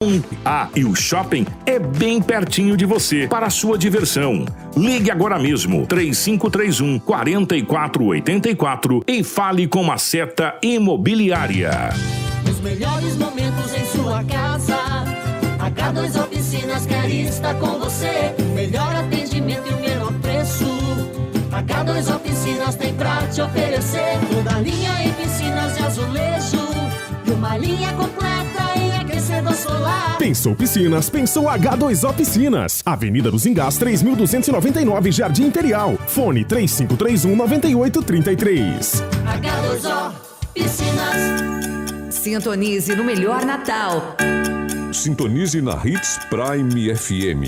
E o shopping é bem pertinho de você, para a sua diversão. Ligue agora mesmo, 3531-4484 e fale com a Seta Imobiliária. Os melhores momentos em sua casa. A K2 Oficinas quer estar com você. Melhor atendimento e o menor preço. A K2 Oficinas tem pra te oferecer toda a linha em piscinas de azulejo e uma linha completa em aquecedor solar. Pensou piscinas, pensou H2O Piscinas. Avenida dos Engás, 3.299, Jardim Imperial. Fone 3531-9833. H2O Piscinas. Sintonize no melhor Natal. Sintonize na Hits Prime FM.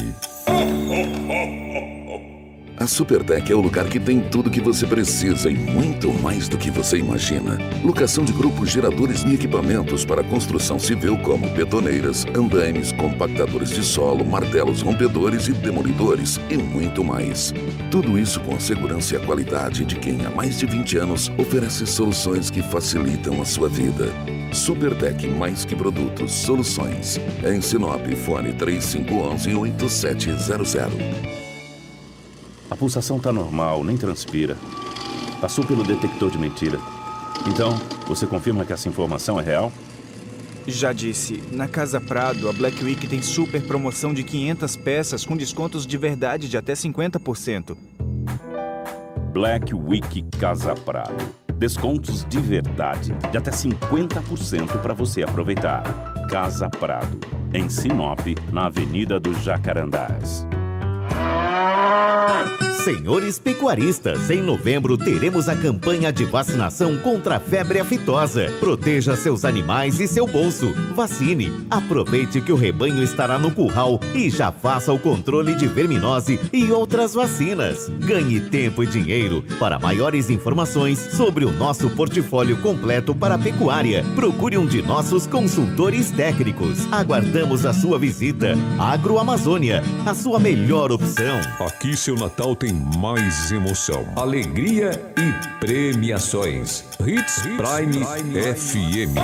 A Supertec é o lugar que tem tudo que você precisa e muito mais do que você imagina. Locação de grupos geradores e equipamentos para construção civil como betoneiras, andaimes, compactadores de solo, martelos rompedores e demolidores e muito mais. Tudo isso com a segurança e a qualidade de quem há mais de 20 anos oferece soluções que facilitam a sua vida. Supertec, mais que produtos, soluções. É em Sinop, fone 3511-8700. A pulsação tá normal, nem transpira. Passou pelo detector de mentira. Então, você confirma que essa informação é real? Já disse, na Casa Prado, a Black Week tem super promoção de 500 peças com descontos de verdade de até 50%. Black Week Casa Prado. Descontos de verdade de até 50% para você aproveitar. Casa Prado, em Sinop, na Avenida dos Jacarandás. Senhores pecuaristas, em novembro teremos a campanha de vacinação contra a febre aftosa. Proteja seus animais e seu bolso. Vacine. Aproveite que o rebanho estará no curral e já faça o controle de verminose e outras vacinas. Ganhe tempo e dinheiro. Para maiores informações sobre o nosso portfólio completo para a pecuária, procure um de nossos consultores técnicos. Aguardamos a sua visita. Agroamazônia, a sua melhor opção. Aqui seu Natal tem mais emoção, alegria e premiações. Hits Prime FM.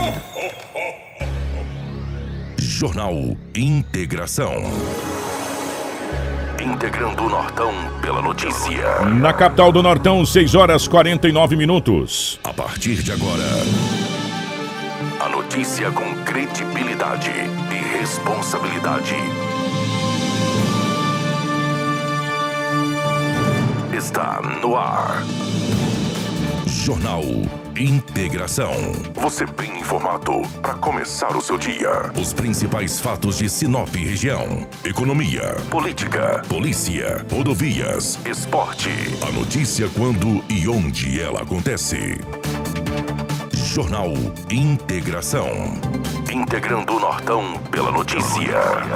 Jornal Integração. Integrando o Nortão pela notícia. Na capital do Nortão, 6h49. A partir de agora, a notícia com credibilidade e responsabilidade. Está no ar. Jornal Integração. Você bem informado para começar o seu dia. Os principais fatos de Sinop região. Economia, política, polícia, rodovias, esporte. A notícia quando e onde ela acontece. Jornal Integração. Integrando o Nortão pela notícia.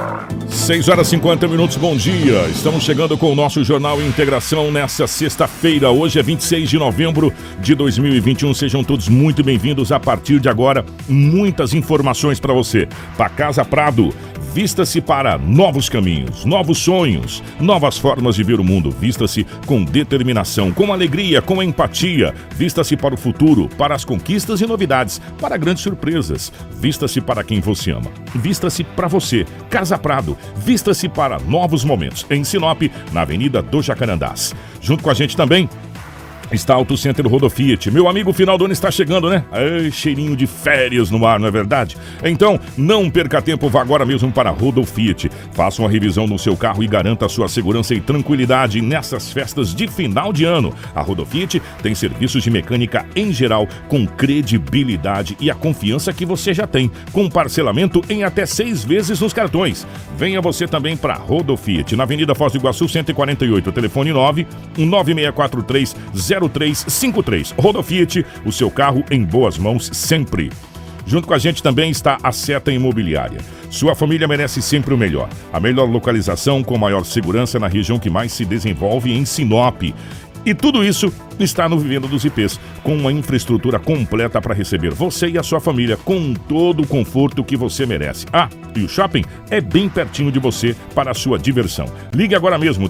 6h50, bom dia. Estamos chegando com o nosso Jornal Integração nessa sexta-feira. Hoje é 26 de novembro de 2021. Sejam todos muito bem-vindos. A partir de agora, muitas informações para você. Para Casa Prado, vista-se para novos caminhos, novos sonhos, novas formas de ver o mundo. Vista-se com determinação, com alegria, com empatia. Vista-se para o futuro, para as conquistas e novidades, para grandes surpresas. Vista-se para quem você ama. Vista-se para você. Casa Prado, vista-se para novos momentos. Em Sinop, na Avenida dos Jacarandás. Junto com a gente também está Auto Center Rodofiat. Meu amigo, o final do ano está chegando, né? Ai, cheirinho de férias no ar, não é verdade? Então, não perca tempo, vá agora mesmo para a Rodofiat. Faça uma revisão no seu carro e garanta a sua segurança e tranquilidade nessas festas de final de ano. A Rodofiat tem serviços de mecânica em geral, com credibilidade e a confiança que você já tem, com parcelamento em até 6 vezes nos cartões. Venha você também para a Rodofiat, na Avenida Foz do Iguaçu, 148, telefone 996430353. Rodofiat, o seu carro em boas mãos sempre. Junto com a gente também está a Seta Imobiliária. Sua família merece sempre o melhor. A melhor localização com maior segurança na região que mais se desenvolve em Sinop. E tudo isso está no Vivenda dos IPs, com uma infraestrutura completa para receber você e a sua família com todo o conforto que você merece. Ah, e o shopping é bem pertinho de você para a sua diversão. Ligue agora mesmo,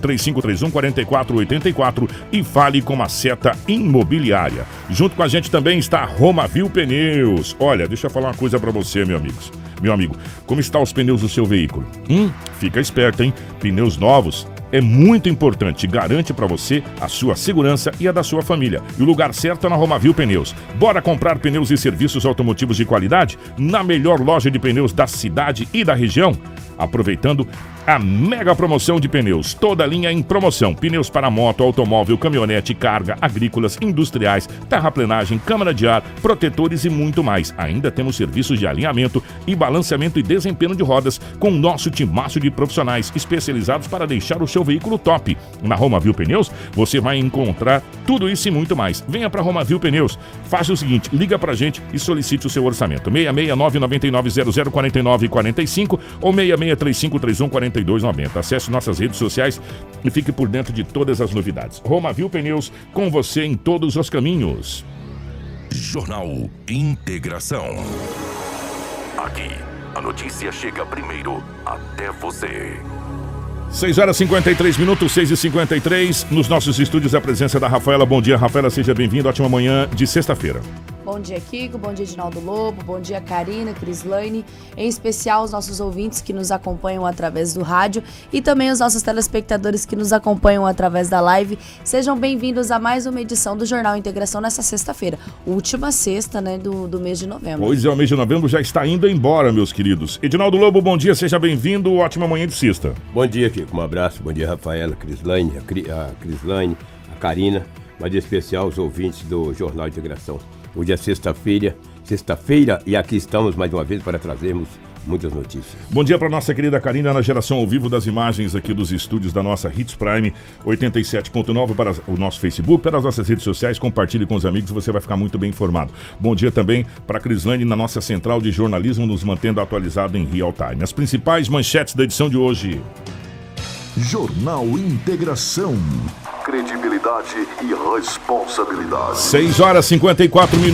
3531-4484 e fale com a Seta Imobiliária. Junto com a gente também está a Romavil Pneus. Olha, deixa eu falar uma coisa para você, meus amigos. Meu amigo, como estão os pneus do seu veículo? Fica esperto, hein? Pneus novos é muito importante, garante para você a sua segurança e a da sua família. E o lugar certo é na Romavil Pneus. Bora comprar pneus e serviços automotivos de qualidade na melhor loja de pneus da cidade e da região? Aproveitando a mega promoção de pneus, toda a linha em promoção, pneus para moto, automóvel, caminhonete, carga, agrícolas, industriais, terraplenagem, câmara de ar, protetores e muito mais. Ainda temos serviços de alinhamento e balanceamento e desempenho de rodas com o nosso timaço de profissionais especializados para deixar o seu veículo top. Na Romavil Pneus, você vai encontrar tudo isso e muito mais. Venha para Romavil Pneus. Faça o seguinte, liga pra gente e solicite o seu orçamento. 669-9900-4945 ou 6635314290. Acesse nossas redes sociais e fique por dentro de todas as novidades. Romavil Pneus, com você em todos os caminhos. Jornal Integração. Aqui, a notícia chega primeiro até você. 6h53, 6h53. Nos nossos estúdios, a presença da Rafaela. Bom dia, Rafaela, seja bem-vinda. Ótima manhã de sexta-feira. Bom dia, Kiko. Bom dia, Edinaldo Lobo. Bom dia, Karina, Crislaine. Em especial, os nossos ouvintes que nos acompanham através do rádio e também os nossos telespectadores que nos acompanham através da live. Sejam bem-vindos a mais uma edição do Jornal Integração nessa sexta-feira. Última sexta, né, do mês de novembro. Pois é, o mês de novembro já está indo embora, meus queridos. Edinaldo Lobo, bom dia, seja bem-vindo. Ótima manhã de sexta. Bom dia, Kiko. Um abraço. Bom dia, Rafaela, Crislaine, a Crislaine, a Karina, mas em especial os ouvintes do Jornal Integração. Hoje é sexta-feira e aqui estamos mais uma vez para trazermos muitas notícias. Bom dia para nossa querida Karina na geração ao vivo das imagens aqui dos estúdios da nossa Hits Prime 87.9 para o nosso Facebook, para as nossas redes sociais. Compartilhe com os amigos, você vai ficar muito bem informado. Bom dia também para a Crislaine na nossa central de jornalismo, nos mantendo atualizado em real time. As principais manchetes da edição de hoje. Jornal Integração. Credibilidade e responsabilidade. 6h54,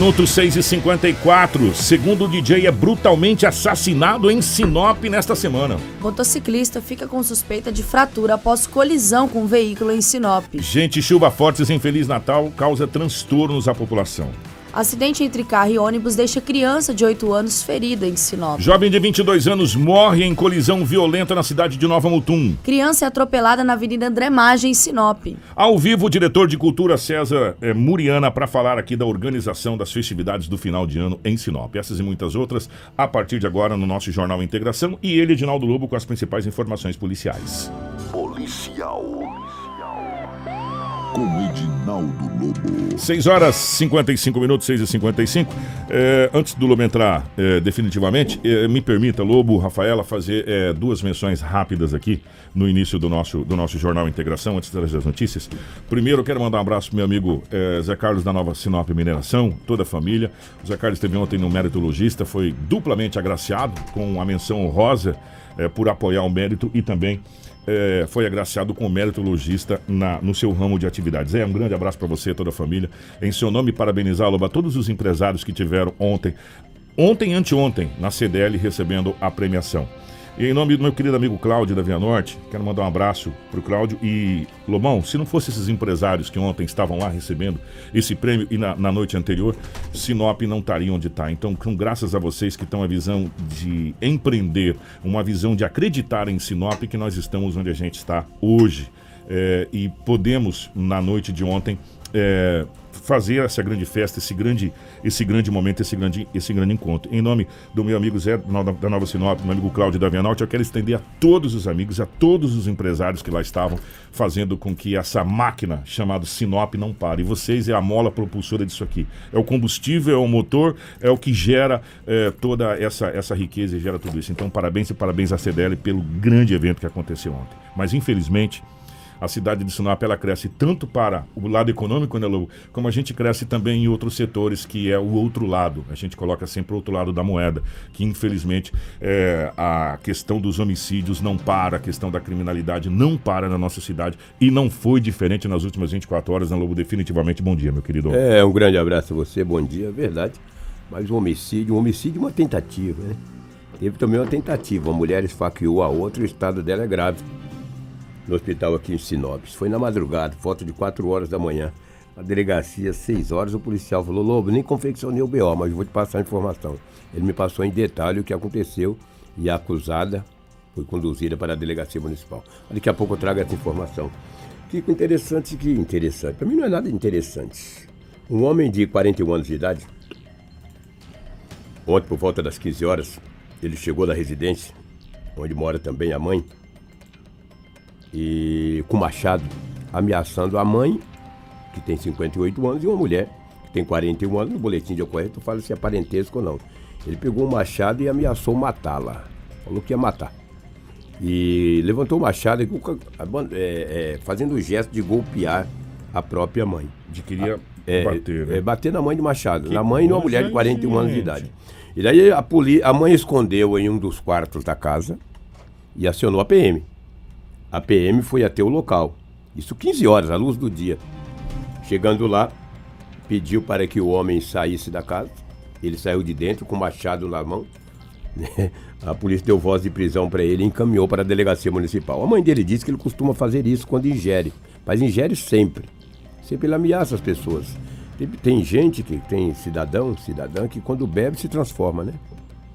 6h54. Segundo o DJ, é brutalmente assassinado em Sinop nesta semana. Motociclista fica com suspeita de fratura após colisão com um veículo em Sinop. Gente, chuva fortes em Feliz Natal causa transtornos à população. Acidente entre carro e ônibus deixa criança de 8 anos ferida em Sinop. Jovem de 22 anos morre em colisão violenta na cidade de Nova Mutum. Criança é atropelada na Avenida André Maggi, em Sinop. Ao vivo, o diretor de Cultura César Muriana para falar aqui da organização das festividades do final de ano em Sinop. Essas e muitas outras a partir de agora no nosso Jornal Integração e ele, Edinaldo Lobo, com as principais informações policiais. Policial. Com Edinaldo Lobo. 6h55, 6h55. Antes do Lobo entrar definitivamente, me permita, Lobo, Rafaela, fazer duas menções rápidas aqui no início do nosso Jornal Integração, antes das notícias. Primeiro, eu quero mandar um abraço pro meu amigo Zé Carlos da Nova Sinop Mineração, toda a família. O Zé Carlos esteve ontem no meritologista, foi duplamente agraciado com a menção honrosa por apoiar o mérito e também foi agraciado com o mérito logista no seu ramo de atividades. Um grande abraço para você e toda a família. Em seu nome, parabenizar, Loba, todos os empresários que tiveram ontem e anteontem, na CDL, recebendo a premiação. E em nome do meu querido amigo Cláudio da Via Norte, quero mandar um abraço pro Cláudio. E, Lobão, se não fossem esses empresários que ontem estavam lá recebendo esse prêmio e na noite anterior, Sinop não estaria onde está. Então, graças a vocês que estão a visão de empreender, uma visão de acreditar em Sinop, que nós estamos onde a gente está hoje. E podemos, na noite de ontem, fazer essa grande festa, esse grande momento, esse grande encontro. Em nome do meu amigo Zé da Nova Sinop, do meu amigo Cláudio da Via Norte, eu quero estender a todos os amigos, a todos os empresários que lá estavam, fazendo com que essa máquina chamada Sinop não pare. E vocês é a mola propulsora disso aqui. É o combustível, é o motor, é o que gera toda essa riqueza e gera tudo isso. Então, parabéns e parabéns à CDL pelo grande evento que aconteceu ontem. Mas, infelizmente, a cidade de Sinop, ela cresce tanto para o lado econômico, né, Lobo, como a gente cresce também em outros setores, que é o outro lado. A gente coloca sempre o outro lado da moeda, que infelizmente a questão dos homicídios não para, a questão da criminalidade não para na nossa cidade e não foi diferente nas últimas 24 horas, né, Lobo? Definitivamente, bom dia, meu querido. Um grande abraço a você, bom dia, é verdade. Mas um homicídio é uma tentativa, né? Teve também uma tentativa, uma mulher esfaqueou a outra, o estado dela é grave. No hospital aqui em Sinop. Foi na madrugada, volta de 4 horas da manhã. na delegacia, 6 horas, o policial falou, Lobo, nem confeccionei o BO, mas vou te passar a informação. Ele me passou em detalhe o que aconteceu e a acusada foi conduzida para a delegacia municipal. Daqui a pouco eu trago essa informação. Fico interessante, para mim não é nada interessante. Um homem de 41 anos de idade, ontem por volta das 15 horas, ele chegou da residência, onde mora também a mãe, e com machado, ameaçando a mãe, que tem 58 anos, e uma mulher, que tem 41 anos, no boletim de ocorrência, fala se é parentesco ou não. Ele pegou um machado e ameaçou matá-la, falou que ia matar. E levantou o machado, fazendo o gesto de golpear a própria mãe. De queria bater, né? Bater na mãe de machado, na mãe e numa mulher de 41 anos de idade. E daí a mãe escondeu em um dos quartos da casa e acionou a PM. A PM foi até o local. Isso 15 horas, à luz do dia. Chegando lá, pediu para que o homem saísse da casa. Ele saiu de dentro com o machado na mão. A polícia deu voz de prisão para ele e encaminhou para a delegacia municipal. A mãe dele disse que ele costuma fazer isso quando ingere, mas ingere sempre. Sempre ele ameaça as pessoas. Tem gente tem cidadã que quando bebe se transforma, né?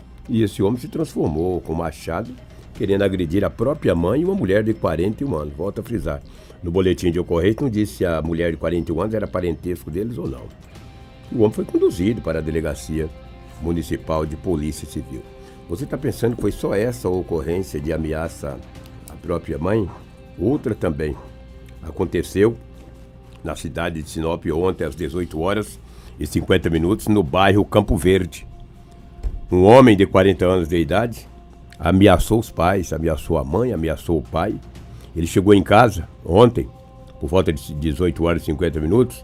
E esse homem se transformou com machado, querendo agredir a própria mãe e uma mulher de 41 anos. Volto a frisar. No boletim de ocorrência não disse se a mulher de 41 anos era parentesco deles ou não. O homem foi conduzido para a delegacia municipal de polícia civil. Você está pensando que foi só essa ocorrência de ameaça à própria mãe? Outra também aconteceu na cidade de Sinop ontem às 18 horas e 50 minutos no bairro Campo Verde. Um homem de 40 anos de idade ameaçou os pais, ameaçou a mãe, ameaçou o pai. Ele chegou em casa ontem, por volta de 18 horas e 50 minutos,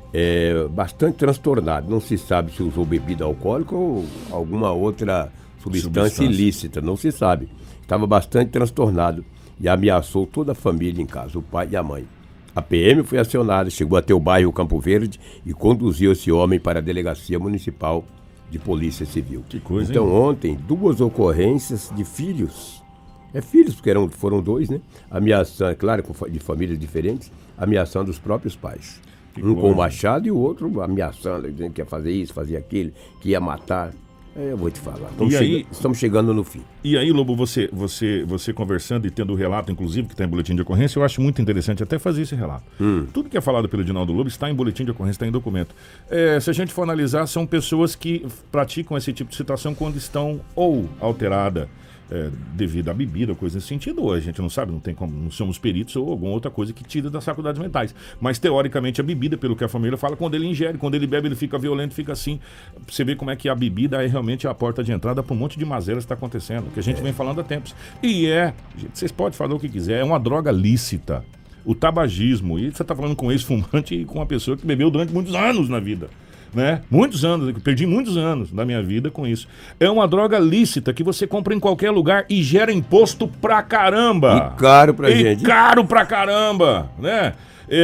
bastante transtornado. Não se sabe se usou bebida alcoólica ou alguma outra substância ilícita, não se sabe. Estava bastante transtornado e ameaçou toda a família em casa, o pai e a mãe. A PM foi acionada, chegou até o bairro Campo Verde e conduziu esse homem para a delegacia municipal de polícia civil. Que coisa, então, hein? ontem, 2 ocorrências de filhos. Filhos, porque foram 2, né? Ameaçando, claro, de famílias diferentes, ameaçando os próprios pais. Um com o machado e o outro ameaçando, dizendo que ia fazer isso, fazer aquilo, que ia matar. Eu vou te falar. Estamos chegando no fim. E aí, Lobo, você conversando e tendo o relato, inclusive, que está em boletim de ocorrência, eu acho muito interessante até fazer esse relato. Tudo que é falado pelo Edinaldo Lobo está em boletim de ocorrência, está em documento. Se a gente for analisar, são pessoas que praticam esse tipo de situação quando estão ou alterada devido à bebida ou coisa nesse sentido, ou a gente não sabe, não somos peritos ou alguma outra coisa que tira das faculdades mentais. Mas, teoricamente, a bebida, pelo que a família fala, quando ele ingere, quando ele bebe, ele fica violento, fica assim. Você vê como é que a bebida é realmente a porta de entrada para um monte de mazelas que está acontecendo, que a gente vem falando há tempos. E vocês podem falar o que quiser, é uma droga lícita. O tabagismo, e você está falando com um ex-fumante e com uma pessoa que bebeu durante muitos anos na vida. Né? Muitos anos, eu perdi muitos anos da minha vida com isso. É uma droga lícita que você compra em qualquer lugar e gera imposto pra caramba. E caro pra gente. E caro pra caramba, né?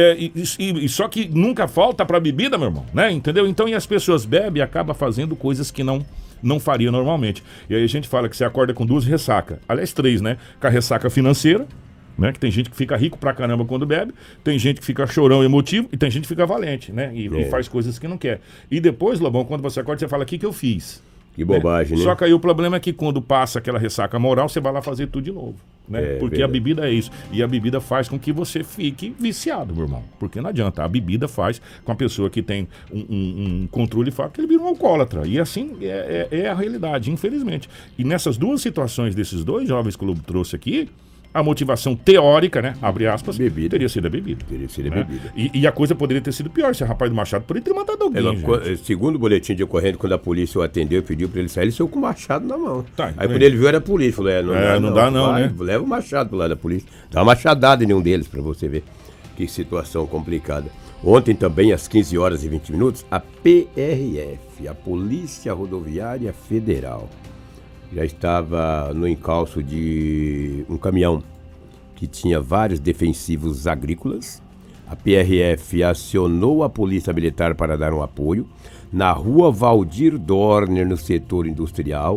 E só que nunca falta pra bebida, meu irmão, né? Entendeu? Então, e as pessoas bebem e acabam fazendo coisas que não faria normalmente. E aí a gente fala que você acorda com 2 ressacas. Aliás, 3, né? Com a ressaca financeira, né? Que tem gente que fica rico pra caramba quando bebe, tem gente que fica chorão emotivo e tem gente que fica valente, né? E faz coisas que não quer. E depois, Lobão, quando você acorda, você fala, o que eu fiz? Que bobagem, né? Só que aí o problema é que quando passa aquela ressaca moral, você vai lá fazer tudo de novo, né? Porque verdade. A bebida é isso. E a bebida faz com que você fique viciado, meu irmão. Porque não adianta. A bebida faz com a pessoa que tem um controle fácil que ele vira um alcoólatra. E assim é a realidade, infelizmente. E nessas 2 situações desses 2 jovens que o Lobo trouxe aqui, a motivação teórica, né, abre aspas, bebida. Teria sido a bebida. Teria sido a bebida. E a coisa poderia ter sido pior. Esse rapaz do machado poderia ter matado alguém. Segundo o boletim de ocorrência, quando a polícia o atendeu e pediu pra ele sair, ele saiu com o machado na mão. Aí quando ele viu, era a polícia. Falou, não dá, né? Leva o machado pro lado da polícia. Dá uma machadada em nenhum deles pra você ver que situação complicada. Ontem também, às 15 horas e 20 minutos, a PRF, a Polícia Rodoviária Federal, já estava no encalço de um caminhão que tinha vários defensivos agrícolas. A PRF acionou a Polícia Militar para dar um apoio na rua Valdir Dorner, no setor industrial,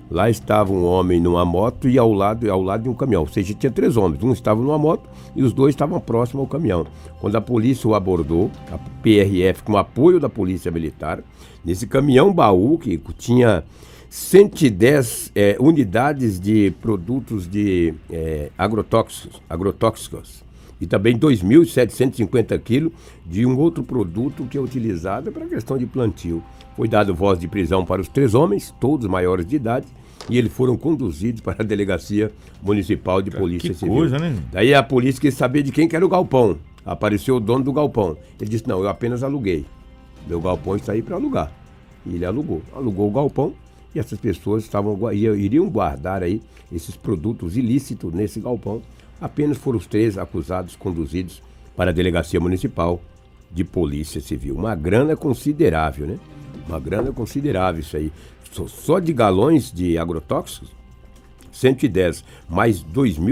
Lá estava um homem numa moto e ao lado de um caminhão. Ou seja, tinha 3 homens. Um estava numa moto e os 2 estavam próximos ao caminhão. Quando a polícia o abordou, a PRF, com apoio da Polícia Militar, nesse caminhão baú que tinha 110 unidades de produtos de agrotóxicos e também 2.750 quilos de um outro produto que é utilizado para a questão de plantio. Foi dado voz de prisão para os 3 homens, todos maiores de idade, e eles foram conduzidos para a Delegacia Municipal de Polícia Civil. Que coisa, né? Daí a polícia quis saber de quem que era o galpão. Apareceu o dono do galpão. Ele disse, não, eu apenas aluguei. Meu galpão está aí para alugar. E ele alugou o galpão e essas pessoas iriam guardar aí esses produtos ilícitos nesse galpão. Apenas foram os 3 acusados conduzidos para a Delegacia Municipal de Polícia Civil. Uma grana considerável, né? Uma grana considerável isso aí. Só de galões de agrotóxicos, 110, mais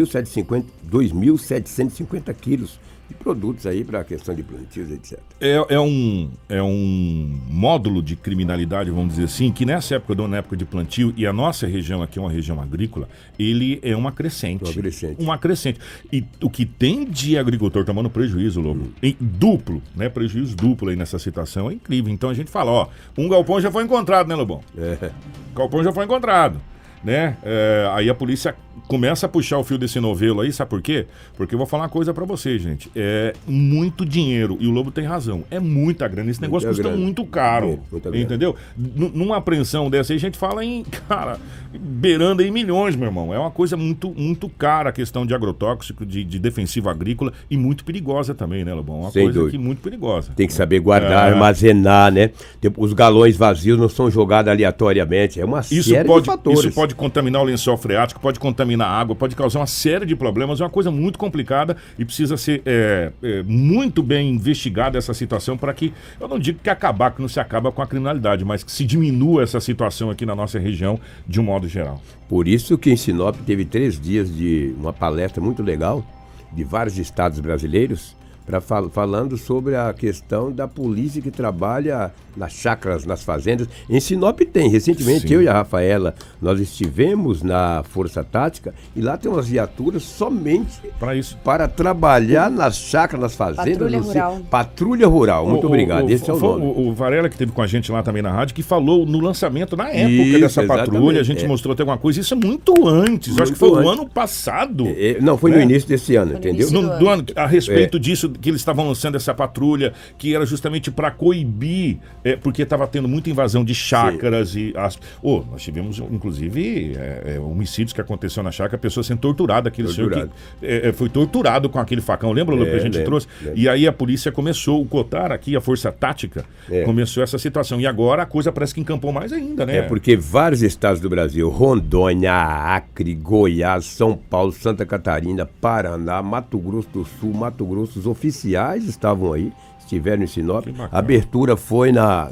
2.750 quilos de produtos aí para a questão de plantios, etc. É um módulo de criminalidade, vamos dizer assim, que na época de plantio, e a nossa região aqui é uma região agrícola, ele é uma crescente. Uma crescente. E o que tem de agricultor tomando prejuízo, Lobo, duplo, né? Prejuízo duplo aí nessa situação, é incrível. Então a gente fala, ó, um galpão já foi encontrado, né, Lobão? Galpão já foi encontrado. Né? Aí a polícia começa a puxar o fio desse novelo aí, sabe por quê? Porque eu vou falar uma coisa pra vocês, gente. É muito dinheiro, e o Lobo tem razão. É muita grana. Esse negócio custa muito caro. Entendeu? Numa apreensão dessa aí, a gente fala em, cara, beirando aí milhões, meu irmão. É uma coisa muito, muito cara a questão de agrotóxico, de defensivo agrícola, e muito perigosa também, né, Lobão? Uma coisa que muito perigosa. Tem que saber guardar, armazenar, né? Os galões vazios não são jogados aleatoriamente. É uma série de fatores. Isso pode contaminar o lençol freático, pode contaminar a água, pode causar uma série de problemas. É uma coisa muito complicada e precisa ser muito bem investigada essa situação para que, eu não digo que não se acaba com a criminalidade, mas que se diminua essa situação aqui na nossa região de um modo geral. Por isso que em Sinop teve 3 dias de uma palestra muito legal de vários estados brasileiros falando sobre a questão da polícia que trabalha nas chácaras, nas fazendas. Em Sinop tem. Recentemente, eu e a Rafaela, nós estivemos na Força Tática e lá tem umas viaturas somente para trabalhar nas chácaras, nas fazendas. Patrulha Rural. Patrulha Rural. Muito obrigado. Esse é o nome. O Varela, que esteve com a gente lá também na rádio, que falou no lançamento, na época dessa patrulha, a gente mostrou até alguma coisa. Isso é muito antes. Acho que foi o ano passado. Não, foi no início desse ano, entendeu? Do ano, a respeito disso, que eles estavam lançando essa patrulha, que era justamente para coibir, porque estava tendo muita invasão de chácaras. Nós tivemos, inclusive, homicídios que aconteceu na chácara, a pessoa sendo torturada, aquele senhor que foi torturado com aquele facão, lembra, Lu, que a gente trouxe? E aí a polícia começou, o COTAR aqui, a Força Tática, começou essa situação. E agora a coisa parece que encampou mais ainda, né? Porque vários estados do Brasil, Rondônia, Acre, Goiás, São Paulo, Santa Catarina, Paraná, Mato Grosso do Sul, Mato Grosso, os oficiais estavam aí, estiveram em Sinop. A abertura foi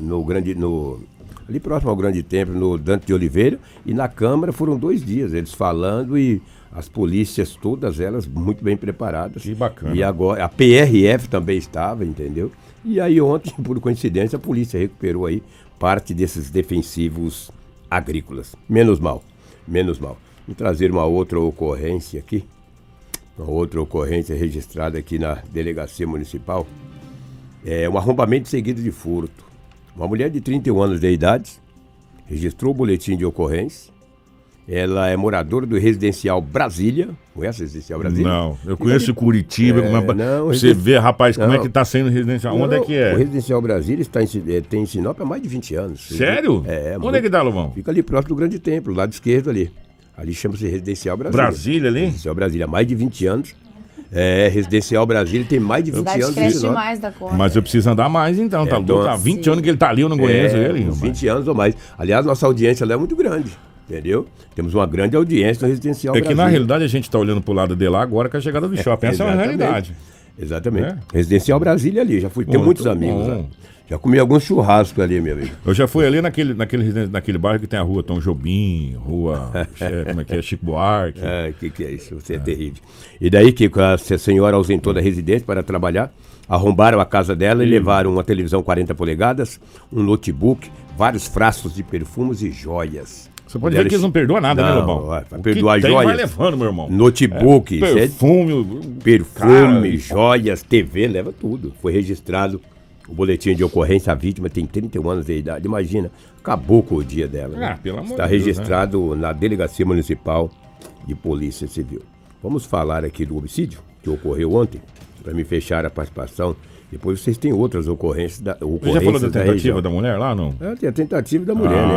ali próximo ao Grande Templo, no Dante de Oliveira, e na Câmara foram 2 dias, eles falando, e as polícias, todas elas muito bem preparadas. Que bacana. E agora, a PRF também estava, entendeu? E aí ontem, por coincidência, a polícia recuperou aí parte desses defensivos agrícolas. Menos mal. Vou trazer uma outra ocorrência aqui. Uma outra ocorrência registrada aqui na Delegacia Municipal. É um arrombamento seguido de furto. Uma mulher de 31 anos de idade registrou o boletim de ocorrência. Ela é moradora do Residencial Brasília. Conhece o Residencial Brasília? Não, eu conheço Curitiba. Você vê, rapaz, como é que está sendo o Residencial? Onde é que é? O Residencial Brasília tem em Sinop há mais de 20 anos. Sério? Onde é que dá, Lobão? Fica ali próximo do Grande Templo, lado esquerdo ali. Ali chama-se Residencial Brasília. Brasília ali? Residencial Brasília, há mais de 20 anos. Residencial Brasília tem mais de 20 anos. Cresce demais da conta. Mas eu preciso andar mais então, tá? Há 20 anos que ele tá ali, eu não conheço ele. 20 anos ou mais. Aliás, nossa audiência lá é muito grande, entendeu? Temos uma grande audiência no Residencial Brasília. Que na realidade a gente tá olhando pro lado de lá agora com a chegada do shopping. Essa é uma realidade. Exatamente. Residencial Brasília ali, já fui ter muitos amigos lá. Já comi alguns churrascos ali, meu amigo. Eu já fui ali naquele bairro que tem a rua Tom Jobim, rua, como é que é, Chico Buarque. Que é isso? Você é terrível. E daí que a senhora ausentou da residência para trabalhar, arrombaram a casa dela e levaram uma televisão 40 polegadas, um notebook, vários frascos de perfumes e joias. Você pode ver que eles não perdoam nada, né, Lobão? Vai perdoar joias. Vai levando, meu irmão. Notebook, perfume, joias, TV, leva tudo. Foi registrado o boletim de ocorrência. A vítima tem 31 anos de idade. Imagina, acabou com o dia dela. Né? Pelo amor de Deus. Está registrado na Delegacia Municipal de Polícia Civil. Vamos falar aqui do homicídio que ocorreu ontem, para me fechar a participação. Depois vocês têm outras ocorrências da região. Você já falou da tentativa da mulher lá, não? Tem a tentativa da mulher,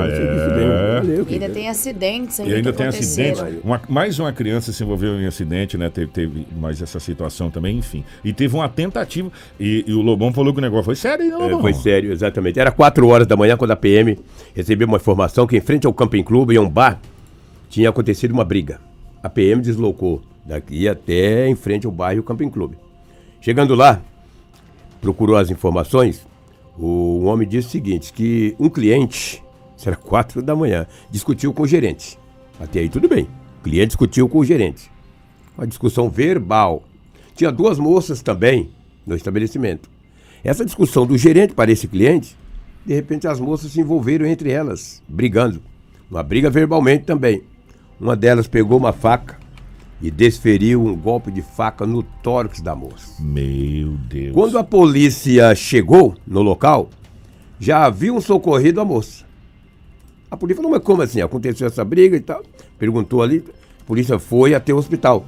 né? E ainda tem acidentes E ainda tem acidentes. Mais uma criança se envolveu em acidente, né? Teve mais essa situação também, enfim. E teve uma tentativa. E o Lobão falou que o negócio foi sério, né, Lobão? Foi sério, exatamente. Era 4 horas da manhã quando a PM recebeu uma informação que em frente ao Camping Clube, em um bar, tinha acontecido uma briga. A PM deslocou daqui até em frente ao bairro Camping Clube. Chegando lá, procurou as informações, o homem disse o seguinte, que um cliente, isso era 4 da manhã, discutiu com o gerente. Até aí tudo bem, o cliente discutiu com o gerente. Uma discussão verbal. Tinha 2 moças também no estabelecimento. Essa discussão do gerente para esse cliente, de repente as moças se envolveram entre elas, brigando. Uma briga verbalmente também. Uma delas pegou uma faca e desferiu um golpe de faca no tórax da moça. Meu Deus. Quando a polícia chegou no local, já haviam socorrido a moça. A polícia falou, mas como assim? Aconteceu essa briga e tal? Perguntou ali, a polícia foi até o hospital.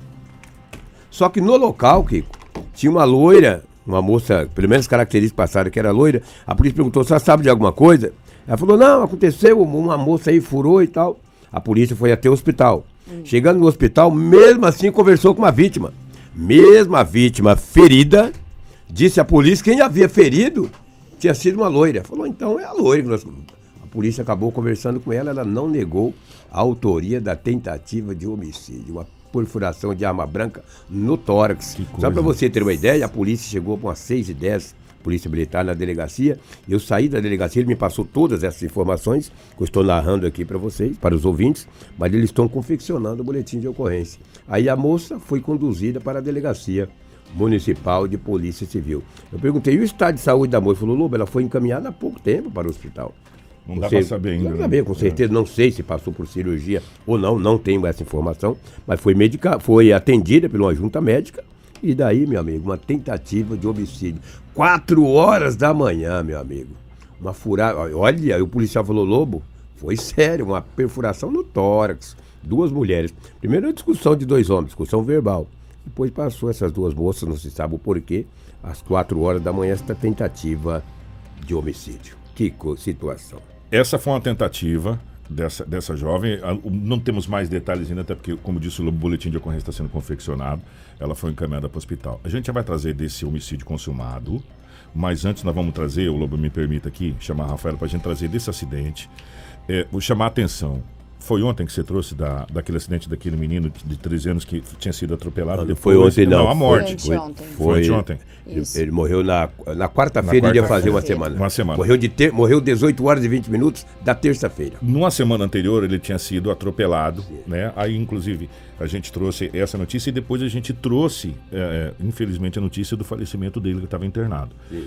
Só que no local, Kiko, tinha uma loira, uma moça, pelo menos características passaram que era loira. A polícia perguntou, você sabe de alguma coisa? Ela falou, não, aconteceu, uma moça aí furou e tal. A polícia foi até o hospital. Chegando no hospital, mesmo assim conversou com uma vítima. Mesmo a vítima ferida, disse à polícia que quem havia ferido tinha sido uma loira. Falou, então é a loira. A polícia acabou conversando com ela, ela não negou a autoria da tentativa de homicídio. Uma perfuração de arma branca no tórax. Só para você ter uma ideia, a polícia chegou com as 6h10, Polícia Militar na delegacia. Eu saí da delegacia, ele me passou todas essas informações que eu estou narrando aqui para vocês, para os ouvintes, mas eles estão confeccionando o boletim de ocorrência. Aí a moça foi conduzida para a Delegacia Municipal de Polícia Civil. Eu perguntei, e o estado de saúde da moça? Ele falou, Lobo, ela foi encaminhada há pouco tempo para o hospital. Não dá para saber ainda. Não dá para saber, com certeza. Não sei se passou por cirurgia ou não tenho essa informação, mas foi atendida por uma junta médica. E daí, meu amigo, uma tentativa de homicídio. 4 horas da manhã, meu amigo. Uma furada. Olha, o policial falou, Lobo, foi sério, uma perfuração no tórax. 2 mulheres. Primeiro uma discussão de 2 homens, discussão verbal. Depois passou essas 2 moças, não se sabe o porquê, às 4 horas da manhã, essa tentativa de homicídio. Que situação. Essa foi uma tentativa dessa jovem. Não temos mais detalhes ainda, até porque, como disse, o boletim de ocorrência está sendo confeccionado. Ela foi encaminhada para o hospital. A gente já vai trazer desse homicídio consumado, mas antes nós vamos trazer, o Lobo me permita aqui, chamar a Rafaela para a gente trazer desse acidente. Vou chamar a atenção. Foi ontem que você trouxe daquele acidente daquele menino de 13 anos que tinha sido atropelado? Não foi ontem, não. A morte. Foi ontem. Ele morreu na quarta-feira, ele ia fazer uma semana. Morreu 18 horas e 20 minutos da terça-feira. Numa semana anterior, ele tinha sido atropelado, né? Aí, inclusive, a gente trouxe essa notícia e depois a gente trouxe, infelizmente, a notícia do falecimento dele, que estava internado. Sim.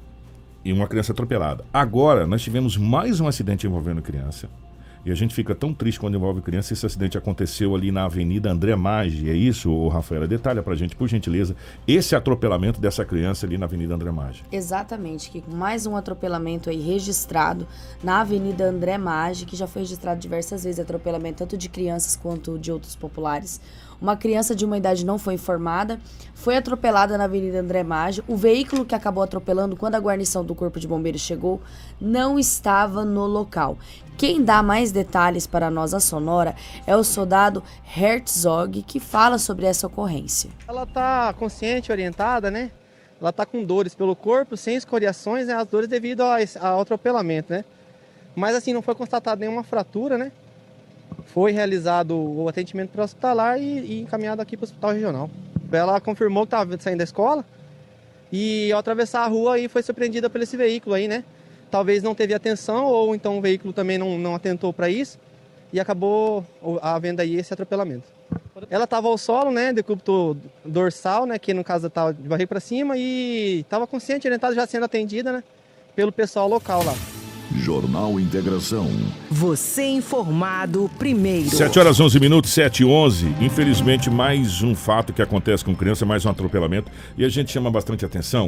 E uma criança atropelada. Agora, nós tivemos mais um acidente envolvendo criança. E a gente fica tão triste quando envolve criança. Esse acidente aconteceu ali na Avenida André Maggi. É isso, Rafaela? Detalha pra gente, por gentileza, esse atropelamento dessa criança ali na Avenida André Maggi. Exatamente, Kiko. Mais um atropelamento aí registrado na Avenida André Maggi, que já foi registrado diversas vezes, atropelamento tanto de crianças quanto de outros populares. Uma criança de uma idade não foi informada, foi atropelada na Avenida André Maggi. O veículo que acabou atropelando, quando a guarnição do Corpo de Bombeiros chegou, não estava no local. Quem dá mais detalhes para nós, a Sonora, é o soldado Herzog, que fala sobre essa ocorrência. Ela está consciente, orientada, né? Ela está com dores pelo corpo, sem escoriações, né? As dores devido ao atropelamento, né? Mas assim, não foi constatada nenhuma fratura, né? Foi realizado o atendimento pré-hospitalar e encaminhado aqui para o hospital regional. Ela confirmou que estava saindo da escola e ao atravessar a rua aí foi surpreendida por esse veículo aí, né? Talvez não teve atenção ou então o veículo também não atentou para isso e acabou havendo aí esse atropelamento. Ela estava ao solo, né? Decúbito dorsal, né? Que no caso estava de barriga para cima e estava consciente, orientada, já sendo atendida, né? Pelo pessoal local lá. Jornal Integração. Você informado primeiro. 7h11, 7h11. Infelizmente, mais um fato que acontece com criança, mais um atropelamento. E a gente chama bastante atenção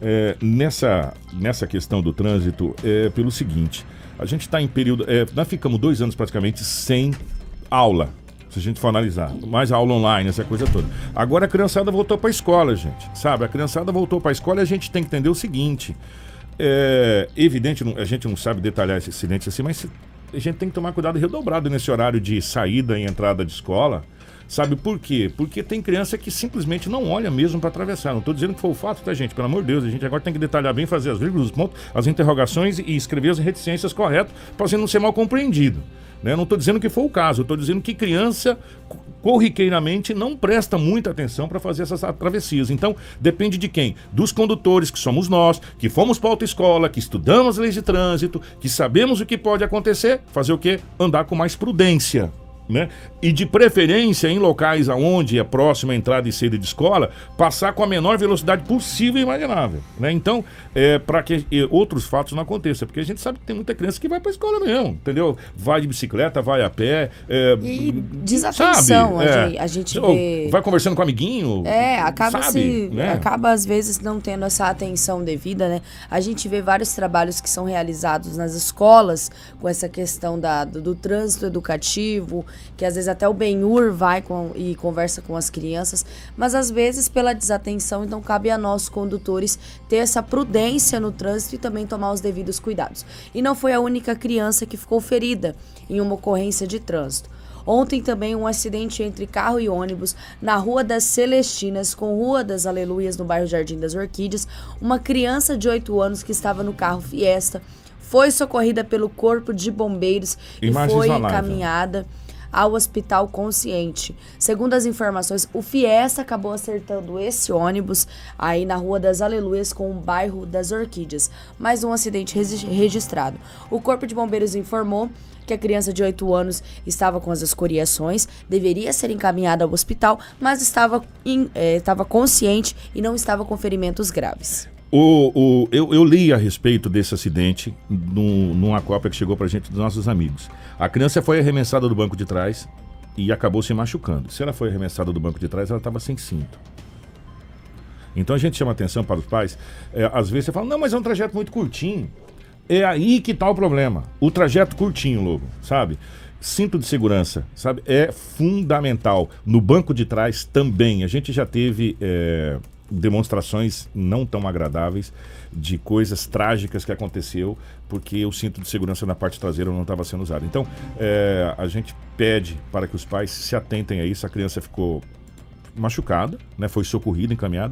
nessa questão do trânsito pelo seguinte. A gente está em período... nós ficamos 2 anos praticamente sem aula. Se a gente for analisar, mais aula online, essa coisa toda. Agora a criançada voltou para a escola, gente. Sabe? A criançada voltou para a escola e a gente tem que entender o seguinte... evidente, a gente não sabe detalhar esse acidente assim, mas a gente tem que tomar cuidado redobrado nesse horário de saída e entrada de escola. Sabe por quê? Porque tem criança que simplesmente não olha mesmo para atravessar. Não estou dizendo que foi o fato, tá, gente? Pelo amor de Deus, a gente agora tem que detalhar bem, fazer as vírgulas, os pontos, as interrogações e escrever as reticências corretas para você não ser mal compreendido. Né? Não estou dizendo que foi o caso, estou dizendo que criança corriqueiramente não presta muita atenção para fazer essas travessias. Então, depende de quem? Dos condutores, que somos nós, que fomos para a autoescola, que estudamos leis de trânsito, que sabemos o que pode acontecer, fazer o quê? Andar com mais prudência. Né? E de preferência em locais onde é próxima a entrada e saída de escola, passar com a menor velocidade possível e imaginável. Né? Então, para que outros fatos não aconteçam, porque a gente sabe que tem muita criança que vai para a escola mesmo, entendeu? Vai de bicicleta, vai a pé. E desatenção, a gente vê... Vai conversando com o amiguinho. Acaba às vezes não tendo essa atenção devida, né? A gente vê vários trabalhos que são realizados nas escolas com essa questão do trânsito educativo, que às vezes até o Benhur vai e conversa com as crianças, mas às vezes pela desatenção, então cabe a nós condutores ter essa prudência no trânsito e também tomar os devidos cuidados. E não foi a única criança que ficou ferida em uma ocorrência de trânsito. Ontem também um acidente entre carro e ônibus na Rua das Celestinas com Rua das Aleluias no bairro Jardim das Orquídeas. Uma criança de 8 anos que estava no carro Fiesta foi socorrida pelo Corpo de Bombeiros e foi encaminhada ao hospital consciente. Segundo as informações, o Fiesta acabou acertando esse ônibus aí na Rua das Aleluias com o bairro das Orquídeas. Mais um acidente registrado. O Corpo de Bombeiros informou que a criança de 8 anos estava com as escoriações, deveria ser encaminhada ao hospital, mas estava consciente e não estava com ferimentos graves. Eu li a respeito desse acidente numa cópia que chegou pra gente dos nossos amigos. A criança foi arremessada do banco de trás e acabou se machucando. Se ela foi arremessada do banco de trás, ela estava sem cinto. Então a gente chama atenção para os pais. Às vezes você fala, não, mas é um trajeto muito curtinho. É aí que está o problema. O trajeto curtinho, Lobo, sabe? Cinto de segurança, sabe? É fundamental. No banco de trás também. A gente já teve... demonstrações não tão agradáveis de coisas trágicas que aconteceu porque o cinto de segurança na parte traseira não estava sendo usado. Então, a gente pede para que os pais se atentem a isso. A criança ficou machucada, né? Foi socorrida, encaminhada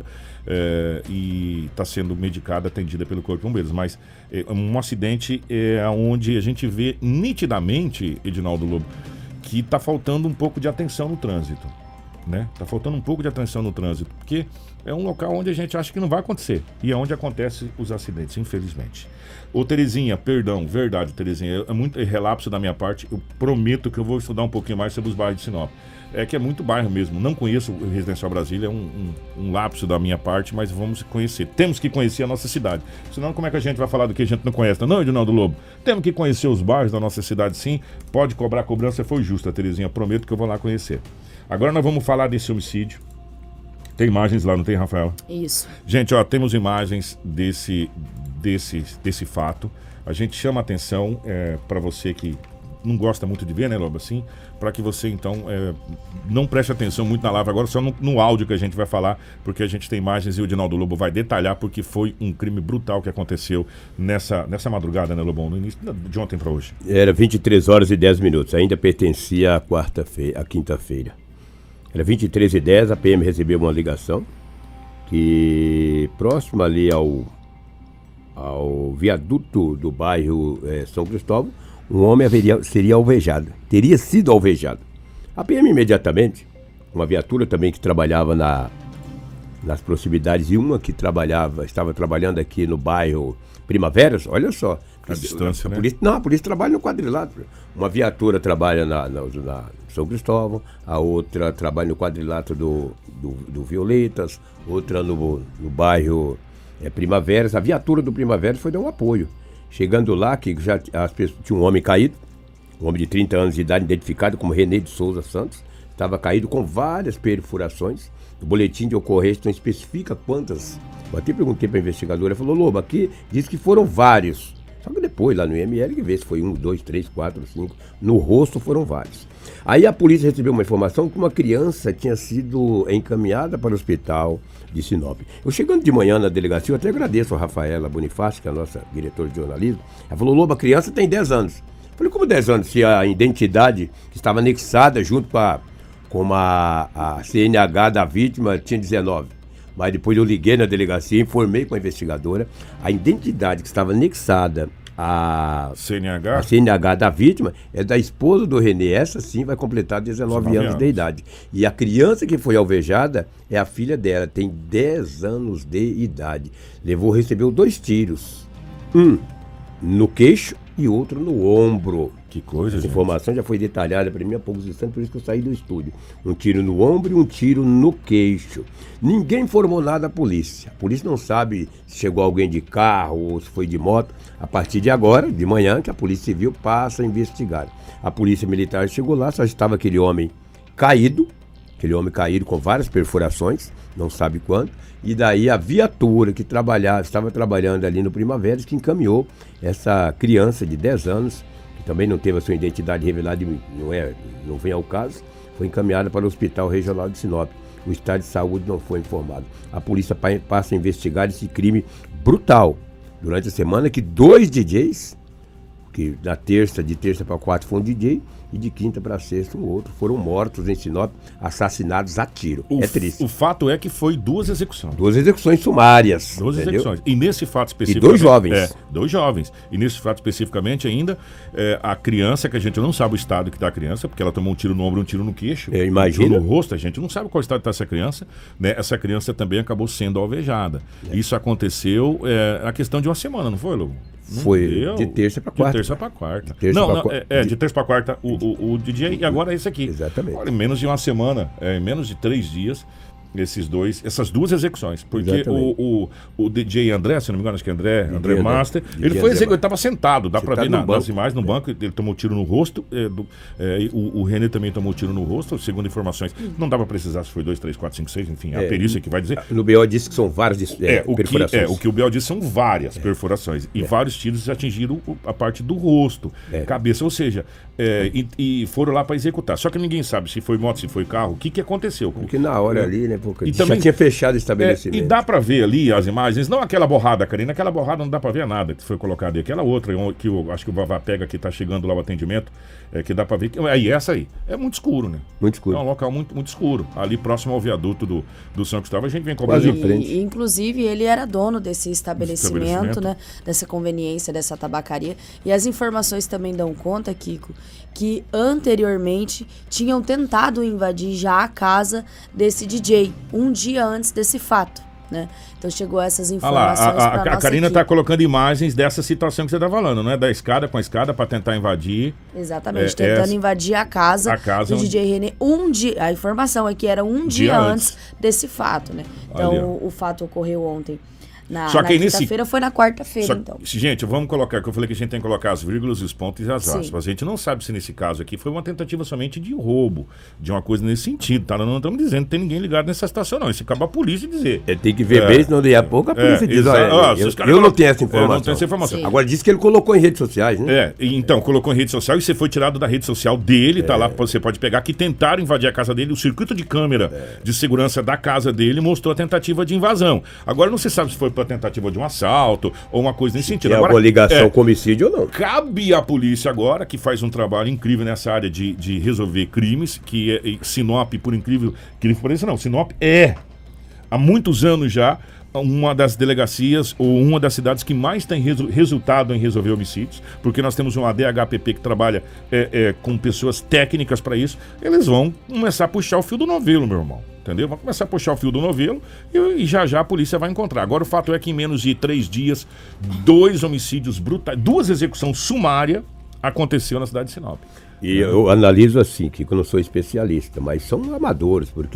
e está sendo medicada, atendida pelo Corpo de Bombeiros. Mas um acidente onde a gente vê nitidamente, Edinaldo Lobo, que está faltando um pouco de atenção no trânsito. Né? Tá faltando um pouco de atenção no trânsito, porque é um local onde a gente acha que não vai acontecer e é onde acontecem os acidentes, infelizmente. Ô Terezinha, perdão, verdade, Terezinha, é muito relapso da minha parte, eu prometo que eu vou estudar um pouquinho mais sobre os bairros de Sinop. É que é muito bairro mesmo, não conheço o Residencial Brasília, é um lapso da minha parte, mas vamos conhecer. Temos que conhecer a nossa cidade, senão como é que a gente vai falar do que a gente não conhece? Não, Edinaldo Lobo, temos que conhecer os bairros da nossa cidade sim, pode cobrar, a cobrança foi justa, Terezinha, prometo que eu vou lá conhecer. Agora nós vamos falar desse homicídio. Tem imagens lá, não tem, Rafaela? Isso. Gente, temos imagens desse fato. A gente chama a atenção para você que não gosta muito de ver, né, Lobo, assim, para que você, então, não preste atenção muito na live agora, só no áudio que a gente vai falar, porque a gente tem imagens e o Edinaldo Lobo vai detalhar, porque foi um crime brutal que aconteceu nessa madrugada, né, Lobão, no início de ontem para hoje. Era 23h10, ainda pertencia à quinta-feira. Era 23h10, a PM recebeu uma ligação que próximo ali ao viaduto do bairro São Cristóvão, um homem seria alvejado, teria sido alvejado. A PM imediatamente, uma viatura também que trabalhava nas proximidades e uma que estava trabalhando aqui no bairro Primaveras, olha só. A distância, né? A polícia trabalha no quadrilátero. Uma viatura trabalha na São Cristóvão, a outra trabalha no quadrilátero do Violetas, outra no bairro Primaveras. A viatura do Primaveras foi dar um apoio. Chegando lá, que já tinha um homem caído, um homem de 30 anos de idade, identificado como René de Souza Santos, estava caído com várias perfurações. O boletim de ocorrência não especifica quantas. Eu até perguntei para a investigadora, ela falou, Lobo, aqui diz que foram vários. Só que depois, lá no IML, que vê se foi 1, 2, 3, 4, 5. No rosto foram vários. Aí a polícia recebeu uma informação que uma criança tinha sido encaminhada para o hospital de Sinop. Eu chegando de manhã na delegacia, eu até agradeço a Rafaela Bonifácio, que é a nossa diretora de jornalismo. Ela falou, Lobo, a criança tem 10 anos. Eu falei, como 10 anos? Se a identidade que estava anexada junto com a CNH da vítima tinha 19. Mas depois eu liguei na delegacia, informei com a investigadora, a identidade que estava anexada a CNH da vítima é da esposa do René. Essa sim vai completar 19 anos de idade. E a criança que foi alvejada é a filha dela, tem 10 anos de idade. Recebeu 2 tiros. Um no queixo e outro no ombro. Que coisa, Essa informação já foi detalhada para mim há poucos instantes, por isso que eu saí do estúdio. Um tiro no ombro e um tiro no queixo. Ninguém informou nada à polícia. A polícia não sabe se chegou alguém de carro ou se foi de moto. A partir de agora, de manhã, que a Polícia Civil passa a investigar. A Polícia Militar chegou lá, só estava aquele homem caído com várias perfurações, não sabe quanto. E daí a viatura que estava trabalhando ali no Primaveras, que encaminhou essa criança de 10 anos, que também não teve a sua identidade revelada, não vem ao caso, foi encaminhada para o Hospital Regional de Sinop. O estado de saúde não foi informado. A polícia passa a investigar esse crime brutal. Durante a semana que 2 DJs, que de terça para quarta foi um DJ, e de quinta para sexta um outro, foram mortos em Sinop, assassinados a tiro. É triste. O fato é que foi 2 execuções. 2 execuções sumárias. 2 execuções. E nesse fato específico... E 2 jovens. 2 jovens. E nesse fato especificamente ainda, a criança, que a gente não sabe o estado que está a criança, porque ela tomou um tiro no ombro e um tiro no queixo. Imagina. Um tiro no rosto, a gente não sabe qual estado está essa criança. Né? Essa criança também acabou sendo alvejada. Isso aconteceu a questão de uma semana, não foi, Lobo? Foi de terça para quarta. De terça para quarta. De terça para quarta o DJ, e agora esse aqui. Exatamente. Olha, em menos de uma semana, em menos de 3 dias, essas 2 execuções. Porque o DJ André, se não me engano, acho que é André Master, ele foi executado, ele estava sentado, dá para ver nas imagens no banco, ele tomou tiro no rosto, o René também tomou tiro no rosto, segundo informações. Não dá para precisar se foi 2, 3, 4, 5, 6, enfim, a perícia que vai dizer. No BO disse que são várias perfurações. O que o BO disse são várias perfurações. E vários tiros atingiram a parte do rosto, cabeça, ou seja, e foram lá para executar. Só que ninguém sabe se foi moto, se foi carro, o que aconteceu. Porque na hora ali, né? Porque já tinha fechado o estabelecimento. E dá pra ver ali as imagens, não aquela borrada, Karina, aquela borrada não dá pra ver nada que foi colocada aí. Aquela outra, que eu acho que o Vavá pega que tá chegando lá o atendimento, que dá pra ver. Aí essa aí, é muito escuro, né? Muito escuro. É um local muito, muito escuro. Ali próximo ao viaduto do São Cristóvão, a gente vem cobrando de frente. Inclusive, ele era dono desse estabelecimento, né? Dessa conveniência, dessa tabacaria. E as informações também dão conta, Kiko, que anteriormente tinham tentado invadir já a casa desse DJ, um dia antes desse fato, né? Então chegou essas informações para nossa A Karina está colocando imagens dessa situação que você está falando, não é? Da escada com a escada para tentar invadir. Exatamente, tentando invadir a casa do DJ René. A informação é que era um dia antes desse fato, né? Então o fato ocorreu ontem. Na quinta-feira foi na quarta-feira, então. Gente, vamos colocar, que eu falei que a gente tem que colocar as vírgulas, os pontos e as aspas. A gente não sabe se nesse caso aqui foi uma tentativa somente de roubo, de uma coisa nesse sentido, tá? Nós não estamos dizendo que tem ninguém ligado nessa situação, não. Isso acaba a polícia dizer. Tem que ver bem, senão daí a pouco a polícia diz, eu não tenho essa informação. Não tenho essa informação. Agora disse que ele colocou em redes sociais, né? Então, colocou em rede social e você foi tirado da rede social dele, tá lá, você pode pegar, que tentaram invadir a casa dele, o circuito de câmera de segurança da casa dele mostrou a tentativa de invasão. Agora não se sabe se foi para tentativa de um assalto ou uma coisa nesse sentido. Agora, alguma ligação com homicídio ou não. Cabe à polícia agora, que faz um trabalho incrível nessa área de resolver crimes, que Sinop, por incrível que pareça, não, Sinop há muitos anos já uma das delegacias ou uma das cidades que mais tem resultado em resolver homicídios, porque nós temos um ADHPP que trabalha com pessoas técnicas para isso. Eles vão começar a puxar o fio do novelo, meu irmão. Entendeu? Vai começar a puxar o fio do novelo e já a polícia vai encontrar. Agora o fato é que em menos de 3 dias, 2 homicídios brutais, 2 execuções sumárias aconteceu na cidade de Sinop. E eu analiso assim, que eu não sou especialista, mas são amadores, porque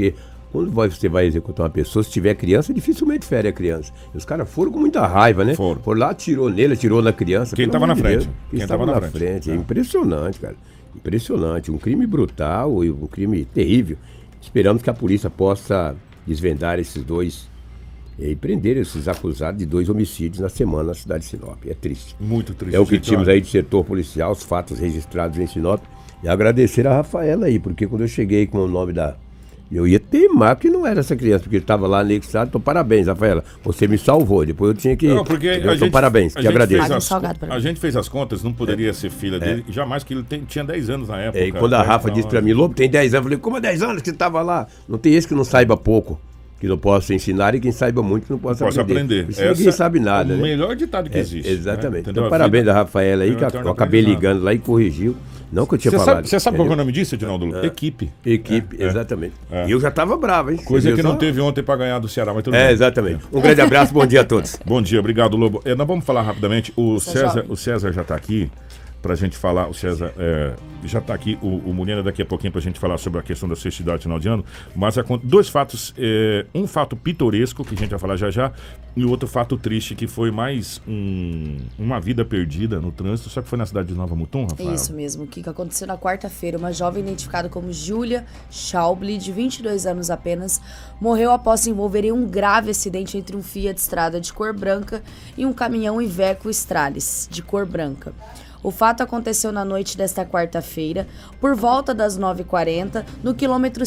Quando você vai executar uma pessoa, se tiver criança, dificilmente fere a criança. E os caras foram com muita raiva, né? Foram lá, atirou nele, atirou na criança. Quem estava na frente. Quem estava na frente. É impressionante, cara. Impressionante. Um crime brutal e um crime terrível. Esperamos que a polícia possa desvendar esses dois e prender esses acusados de 2 homicídios na semana na cidade de Sinop. É triste. Muito triste. É o que tínhamos aí do setor policial, os fatos registrados em Sinop. E agradecer a Rafaela aí, porque quando eu cheguei com o nome da... Eu ia teimar que não era essa criança, porque ele estava lá anexado. Então, parabéns, Rafaela. Você me salvou. Depois eu tinha que... Não, porque então, parabéns, te agradeço. A gente fez as contas, não poderia ser filha dele, jamais que ele tinha 10 anos na época. E quando a Rafa disse pra mim, Lobo, tem 10 anos, eu falei, como é 10 anos que você estava lá? Não tem esse que não saiba pouco, que não possa ensinar, e quem saiba muito que não possa aprender. Isso ninguém sabe nada, é o né? melhor ditado que existe. Exatamente. Né? Então, parabéns a Rafaela aí, que eu acabei ligando lá e corrigiu. Não que eu tinha falado. Você sabe qual é o nome disso, Edinaldo? Equipe. Equipe, exatamente. E eu já estava bravo, hein? Coisa que não teve ontem para ganhar do Ceará, mas tudo bem. Exatamente. Um grande abraço, bom dia a todos. Bom dia, obrigado, Lobo. Nós vamos falar rapidamente. O César já está aqui pra gente falar. O César já está aqui, o Murena daqui a pouquinho pra gente falar sobre a questão da sexta-idade final de ano. Mas 2 fatos, um fato pitoresco, que a gente vai falar já, e o outro fato triste, que foi mais uma vida perdida no trânsito, só que foi na cidade de Nova Mutum, Rafael. Isso mesmo, o que aconteceu na quarta-feira. Uma jovem identificada como Júlia Schauble, de 22 anos apenas, morreu após se envolver em um grave acidente entre um Fiat Strada de cor branca e um caminhão Iveco Stralis, de cor branca. O fato aconteceu na noite desta quarta-feira, por volta das 9h40, no quilômetro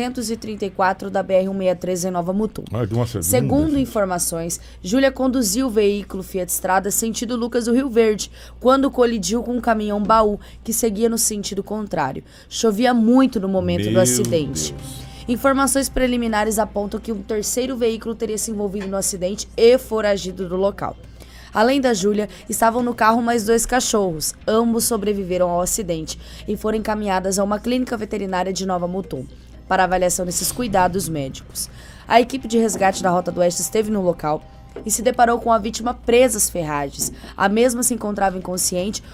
634 da BR-163 em Nova Mutum. Segundo informações, Júlia conduziu o veículo Fiat Strada sentido Lucas do Rio Verde, quando colidiu com um caminhão baú que seguia no sentido contrário. Chovia muito no momento do acidente. Informações preliminares apontam que um terceiro veículo teria se envolvido no acidente e foragido do local. Além da Júlia, estavam no carro mais 2 cachorros. Ambos sobreviveram ao acidente e foram encaminhadas a uma clínica veterinária de Nova Mutum para avaliação desses cuidados médicos. A equipe de resgate da Rota do Oeste esteve no local e se deparou com a vítima presa às ferragens. A mesma se encontrava inconsciente,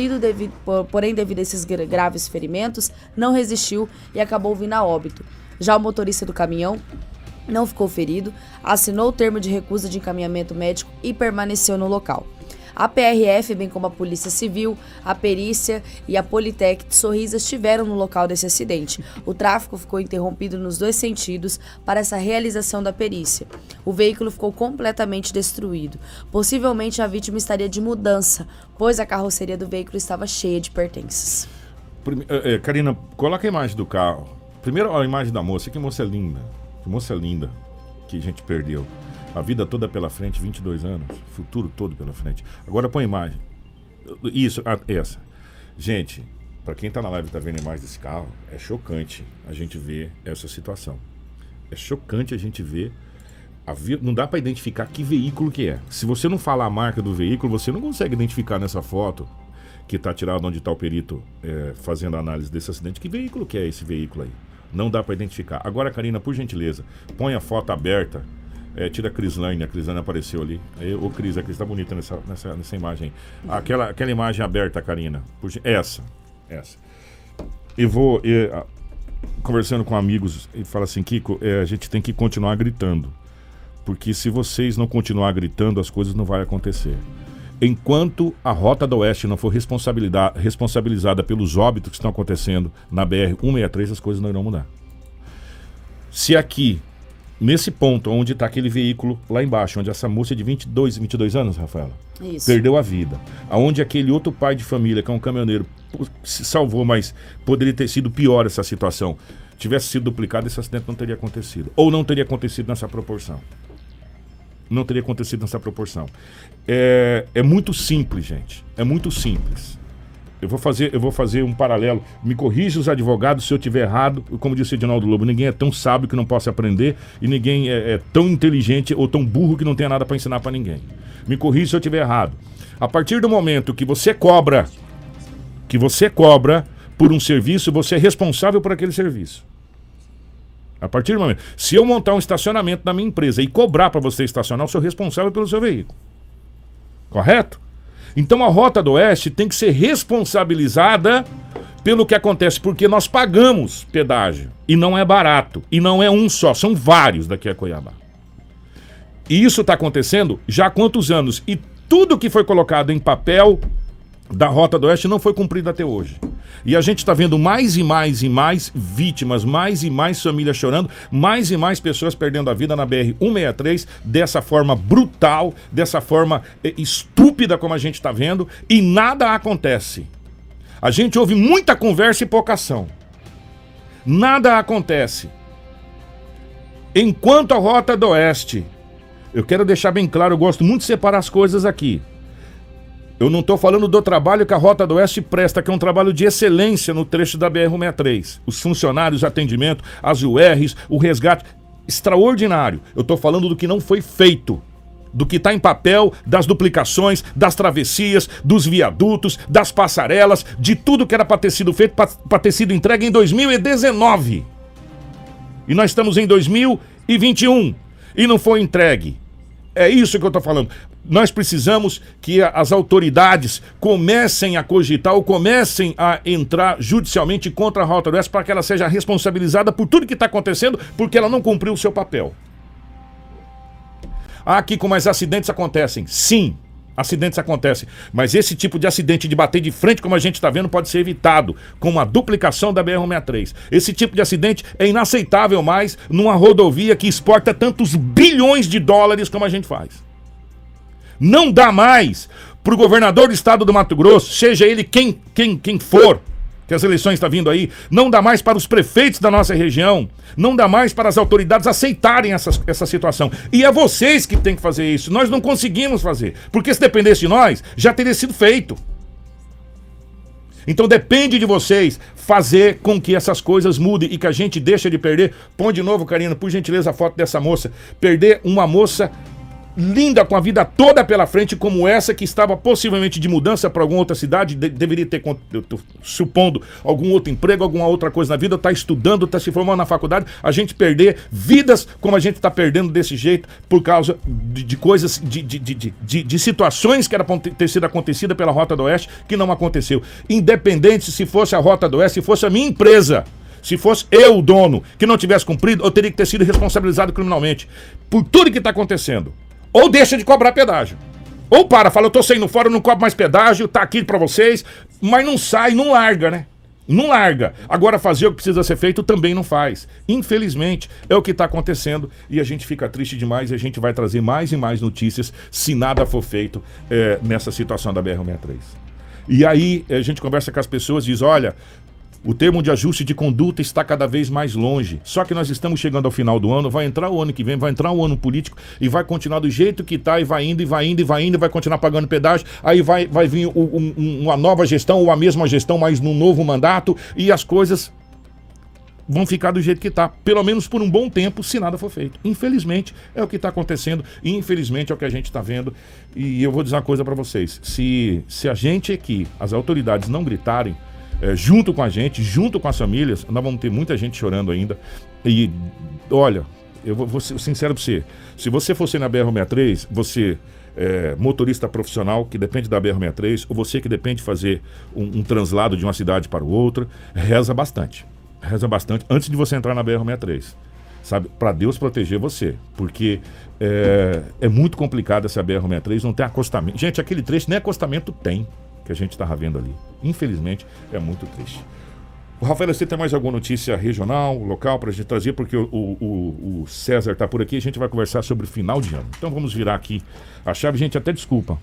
porém devido a esses graves ferimentos, não resistiu e acabou vindo a óbito. Já o motorista do caminhão não ficou ferido, assinou o termo de recusa de encaminhamento médico e permaneceu no local. A PRF, bem como a Polícia Civil, a Perícia e a Politec de Sorriso estiveram no local desse acidente. O tráfego ficou interrompido nos 2 sentidos para essa realização da perícia. O veículo ficou completamente destruído. Possivelmente a vítima estaria de mudança, pois a carroceria do veículo estava cheia de pertences. Karina, coloca a imagem do carro. Primeiro a imagem da moça. Que moça linda. Que moça linda que a gente perdeu. A vida toda pela frente, 22 anos, futuro todo pela frente. Agora põe a imagem. Isso, essa. Gente, para quem tá na live e tá vendo a imagem desse carro, é chocante a gente ver essa situação. É chocante a gente ver. Não dá para identificar que veículo que é. Se você não falar a marca do veículo, você não consegue identificar nessa foto que tá tirada onde tá o perito fazendo a análise desse acidente. Que veículo que é esse veículo aí? Não dá para identificar. Agora, Karina, por gentileza, põe a foto aberta. Tira a Crislane apareceu ali. Ô Cris, a Cris tá bonita nessa imagem aí. Aquela imagem aberta, Karina. Essa. Eu vou conversando com amigos e falo assim, Kiko, a gente tem que continuar gritando. Porque se vocês não continuar gritando, as coisas não vão acontecer. Enquanto a Rota do Oeste não for responsabilizada pelos óbitos que estão acontecendo na BR-163, as coisas não irão mudar. Se aqui, nesse ponto onde está aquele veículo lá embaixo, onde essa moça de 22 anos, Rafaela, perdeu a vida, aonde aquele outro pai de família, que é um caminhoneiro, se salvou, mas poderia ter sido pior essa situação, tivesse sido duplicado, esse acidente não teria acontecido. Ou não teria acontecido nessa proporção. Não teria acontecido nessa proporção. É muito simples, gente. É muito simples. Eu vou fazer um paralelo. Me corrija os advogados se eu estiver errado. Como disse o Edinaldo Lobo, ninguém é tão sábio que não possa aprender e ninguém é tão inteligente ou tão burro que não tenha nada para ensinar para ninguém. Me corrija se eu estiver errado. A partir do momento que você cobra por um serviço, você é responsável por aquele serviço. A partir do momento. Se eu montar um estacionamento na minha empresa e cobrar para você estacionar, eu sou responsável pelo seu veículo. Correto? Então a Rota do Oeste tem que ser responsabilizada pelo que acontece, porque nós pagamos pedágio, e não é barato, e não é um só, são vários daqui a Cuiabá. E isso está acontecendo já há quantos anos? E tudo que foi colocado em papel da Rota do Oeste não foi cumprido até hoje. E a gente está vendo mais e mais e mais vítimas, mais e mais famílias chorando, mais e mais pessoas perdendo a vida na BR-163, dessa forma brutal, dessa forma estúpida como a gente está vendo, e nada acontece. A gente ouve muita conversa e pouca ação. Nada acontece. Enquanto a Rota do Oeste, eu quero deixar bem claro, eu gosto muito de separar as coisas aqui. Eu não estou falando do trabalho que a Rota do Oeste presta, que é um trabalho de excelência no trecho da BR-163. Os funcionários, o atendimento, as URs, o resgate, extraordinário. Eu estou falando do que não foi feito, do que está em papel, das duplicações, das travessias, dos viadutos, das passarelas, de tudo que era para ter sido feito, para ter sido entregue em 2019. E nós estamos em 2021 e não foi entregue. É isso que eu estou falando. Nós precisamos que as autoridades comecem a cogitar ou comecem a entrar judicialmente contra a Rota do Oeste para que ela seja responsabilizada por tudo que está acontecendo, porque ela não cumpriu o seu papel. Aqui como as acidentes acontecem, sim, acidentes acontecem, mas esse tipo de acidente de bater de frente, como a gente está vendo, pode ser evitado com uma duplicação da BR-163. Esse tipo de acidente é inaceitável mais numa rodovia que exporta tantos bilhões de dólares como a gente faz. Não dá mais para o governador do estado do Mato Grosso, seja ele quem for, que as eleições estão vindo aí, não dá mais para os prefeitos da nossa região, não dá mais para as autoridades aceitarem essa situação. E é vocês que têm que fazer isso. Nós não conseguimos fazer, porque se dependesse de nós, já teria sido feito. Então depende de vocês fazer com que essas coisas mudem e que a gente deixe de perder. Põe de novo, Karina, por gentileza, a foto dessa moça. Perder uma moça linda, com a vida toda pela frente, como essa que estava possivelmente de mudança para alguma outra cidade, deveria ter, supondo, algum outro emprego, alguma outra coisa na vida, está estudando, está se formando na faculdade, a gente perder vidas como a gente está perdendo desse jeito por causa de coisas, de situações que era para ter sido acontecida pela Rota do Oeste, que não aconteceu. Independente se fosse a Rota do Oeste, se fosse a minha empresa, se fosse eu o dono, que não tivesse cumprido, eu teria que ter sido responsabilizado criminalmente por tudo que está acontecendo. Ou deixa de cobrar pedágio. Ou fala, eu tô saindo fora, eu não cobro mais pedágio, tá aqui pra vocês, mas não sai, não larga, né? Não larga. Agora fazer o que precisa ser feito também não faz. Infelizmente, é o que tá acontecendo e a gente fica triste demais e a gente vai trazer mais e mais notícias se nada for feito nessa situação da BR-163. E aí a gente conversa com as pessoas e diz, olha, o termo de ajuste de conduta está cada vez mais longe. Só que nós estamos chegando ao final do ano, vai entrar o ano que vem, vai entrar o ano político e vai continuar do jeito que está e vai indo, e vai indo, e vai indo, e vai continuar pagando pedágio. Aí vai vir uma nova gestão ou a mesma gestão, mas num novo mandato e as coisas vão ficar do jeito que está, pelo menos por um bom tempo, se nada for feito. Infelizmente, é o que está acontecendo e infelizmente é o que a gente está vendo. E eu vou dizer uma coisa para vocês, se a gente aqui, as autoridades não gritarem, junto com a gente, junto com as famílias, nós vamos ter muita gente chorando ainda. E, olha, eu vou ser sincero para você, se você fosse na BR-163, você motorista profissional que depende da BR-163, ou você que depende de fazer um translado de uma cidade para outra, reza bastante antes de você entrar na BR-163, sabe, para Deus proteger você, porque é muito complicado essa BR-163, não tem acostamento. Gente, aquele trecho nem acostamento tem, que a gente estava vendo ali. Infelizmente, é muito triste. O Rafael, você tem mais alguma notícia regional, local, para a gente trazer? Porque o César está por aqui e a gente vai conversar sobre o final de ano. Então vamos virar aqui a chave. Gente, até desculpa.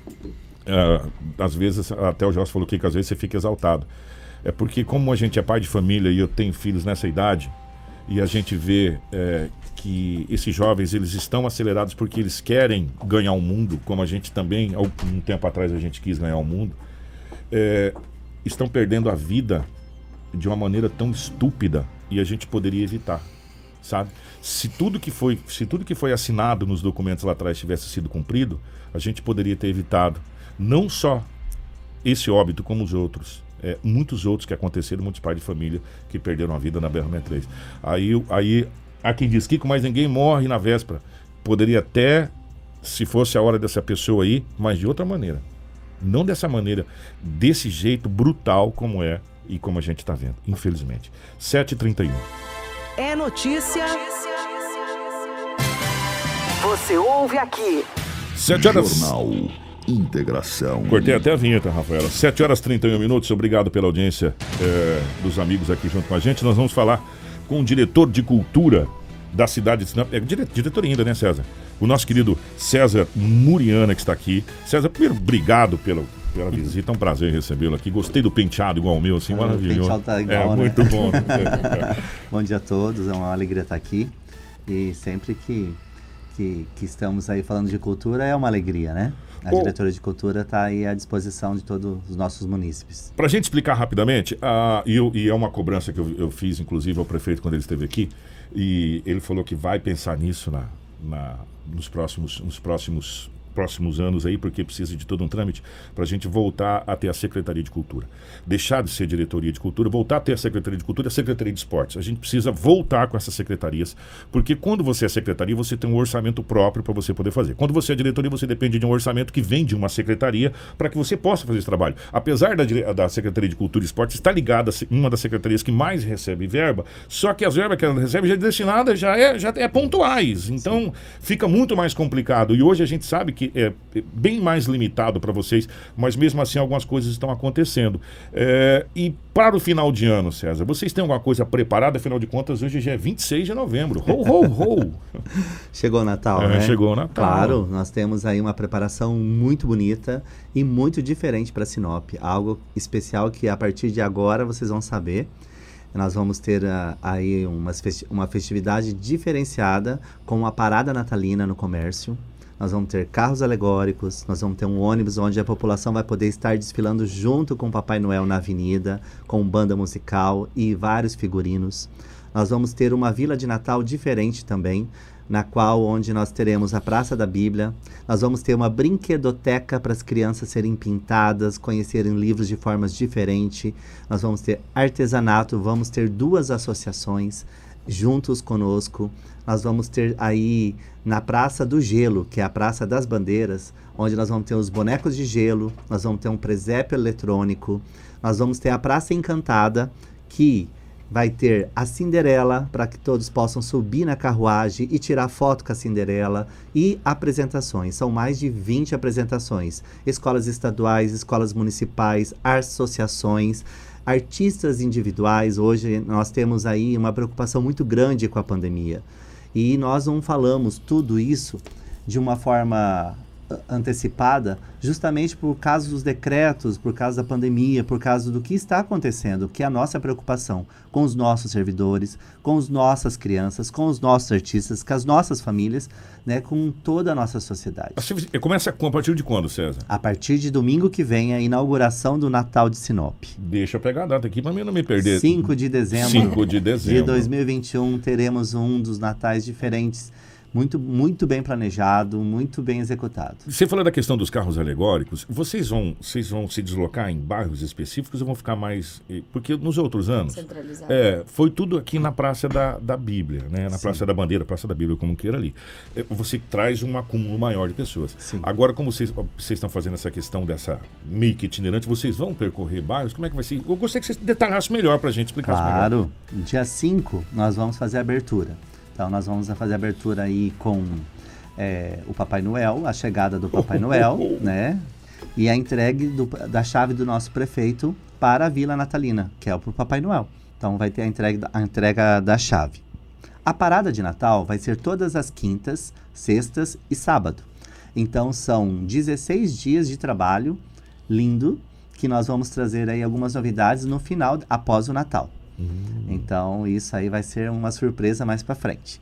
Às vezes, até o Jorge falou que às vezes você fica exaltado. É porque como a gente é pai de família e eu tenho filhos nessa idade, e a gente vê que esses jovens, eles estão acelerados porque eles querem ganhar o mundo, como a gente também, um tempo atrás a gente quis ganhar o mundo, estão perdendo a vida de uma maneira tão estúpida e a gente poderia evitar, sabe? Se tudo que foi assinado nos documentos lá atrás tivesse sido cumprido, a gente poderia ter evitado não só esse óbito, como os outros. Muitos outros que aconteceram, muitos pais de família que perderam a vida na BR-163. Aí há quem diz, Kiko, mas ninguém morre na véspera. Poderia até, se fosse a hora dessa pessoa aí, mas de outra maneira. Não dessa maneira, desse jeito brutal como é. e como a gente está vendo, infelizmente. 7h31. É notícia. Você ouve aqui. 7 horas. Jornal Integração. Cortei até a vinheta, Rafaela. 7h31. Obrigado pela audiência dos amigos aqui junto com a gente. Nós vamos falar com o diretor de cultura da cidade de Sinop. Diretor ainda, né, César? O nosso querido César Muriana, que está aqui. César, primeiro, obrigado pela visita. É um prazer recebê-lo aqui. Gostei do penteado igual o meu, assim, maravilhoso. O penteado tá igual, né? Muito bom. Bom dia a todos, é uma alegria estar aqui. E sempre que estamos aí falando de cultura, é uma alegria, né? A diretoria de cultura está aí à disposição de todos os nossos munícipes. Para a gente explicar rapidamente, e é uma cobrança que eu fiz, inclusive, ao prefeito quando ele esteve aqui, e ele falou que vai pensar nisso nos próximos anos aí, porque precisa de todo um trâmite para a gente voltar a ter a Secretaria de Cultura. Deixar de ser Diretoria de Cultura, voltar a ter a Secretaria de Cultura e a Secretaria de Esportes. A gente precisa voltar com essas secretarias, porque quando você é secretaria, você tem um orçamento próprio para você poder fazer. Quando você é diretoria, você depende de um orçamento que vem de uma secretaria para que você possa fazer esse trabalho. Apesar da Secretaria de Cultura e Esportes estar ligada a uma das secretarias que mais recebe verba, só que as verbas que ela recebe já é destinada, já é pontuais. Então, fica muito mais complicado. E hoje a gente sabe que é bem mais limitado para vocês, mas mesmo assim algumas coisas estão acontecendo. E para o final de ano, César, vocês têm alguma coisa preparada? Afinal de contas, hoje já é 26 de novembro. Ho, ho, ho! Chegou o Natal, né? Chegou o Natal. Claro, nós temos aí uma preparação muito bonita e muito diferente para Sinop. Algo especial que a partir de agora vocês vão saber. Nós vamos ter aí uma festividade diferenciada com uma parada natalina no comércio. Nós vamos ter carros alegóricos, nós vamos ter um ônibus onde a população vai poder estar desfilando junto com o Papai Noel na avenida, com banda musical e vários figurinos. Nós vamos ter uma vila de Natal diferente também, onde nós teremos a Praça da Bíblia. Nós vamos ter uma brinquedoteca para as crianças serem pintadas, conhecerem livros de formas diferentes. Nós vamos ter artesanato, vamos ter 2 associações juntos conosco. Nós vamos ter aí na Praça do Gelo, que é a Praça das Bandeiras, onde nós vamos ter os bonecos de gelo, nós vamos ter um presépio eletrônico, nós vamos ter a Praça Encantada, que vai ter a Cinderela, para que todos possam subir na carruagem e tirar foto com a Cinderela, e apresentações. São mais de 20 apresentações. Escolas estaduais, escolas municipais, associações, artistas individuais. Hoje nós temos aí uma preocupação muito grande com a pandemia. E nós não falamos tudo isso de uma forma antecipada, justamente por causa dos decretos, por causa da pandemia, por causa do que está acontecendo, que é a nossa preocupação com os nossos servidores, com as nossas crianças, com os nossos artistas, com as nossas famílias, né, com toda a nossa sociedade. Começa a partir de quando, César? A partir de domingo que vem, a inauguração do Natal de Sinop. Deixa eu pegar a data aqui para mim não me perder. 5 de dezembro. 5 de dezembro. De 2021, teremos um dos natais diferentes, muito bem planejado, muito bem executado. Você falou da questão dos carros alegóricos. Vocês vão se deslocar em bairros específicos ou vão ficar mais... Porque nos outros anos... Centralizado. Foi tudo aqui na Praça da Bíblia, né? Na Praça da Bandeira, Praça da Bíblia, como queira ali. Você traz um acúmulo maior de pessoas. Sim. Agora, como vocês estão fazendo essa questão dessa meio que itinerante, vocês vão percorrer bairros? Como é que vai ser? Eu gostaria que você detalhasse melhor pra gente, explicasse melhor. Claro. Dia 5, nós vamos fazer a abertura. Então, nós vamos fazer a abertura aí com o Papai Noel, a chegada do Papai Noel, né? E a entrega da chave do nosso prefeito para a Vila Natalina, que é para o Papai Noel. Então, vai ter a entrega da chave. A parada de Natal vai ser todas as quintas, sextas e sábado. Então, são 16 dias de trabalho lindo, que nós vamos trazer aí algumas novidades no final, após o Natal. Então, isso aí vai ser uma surpresa mais para frente.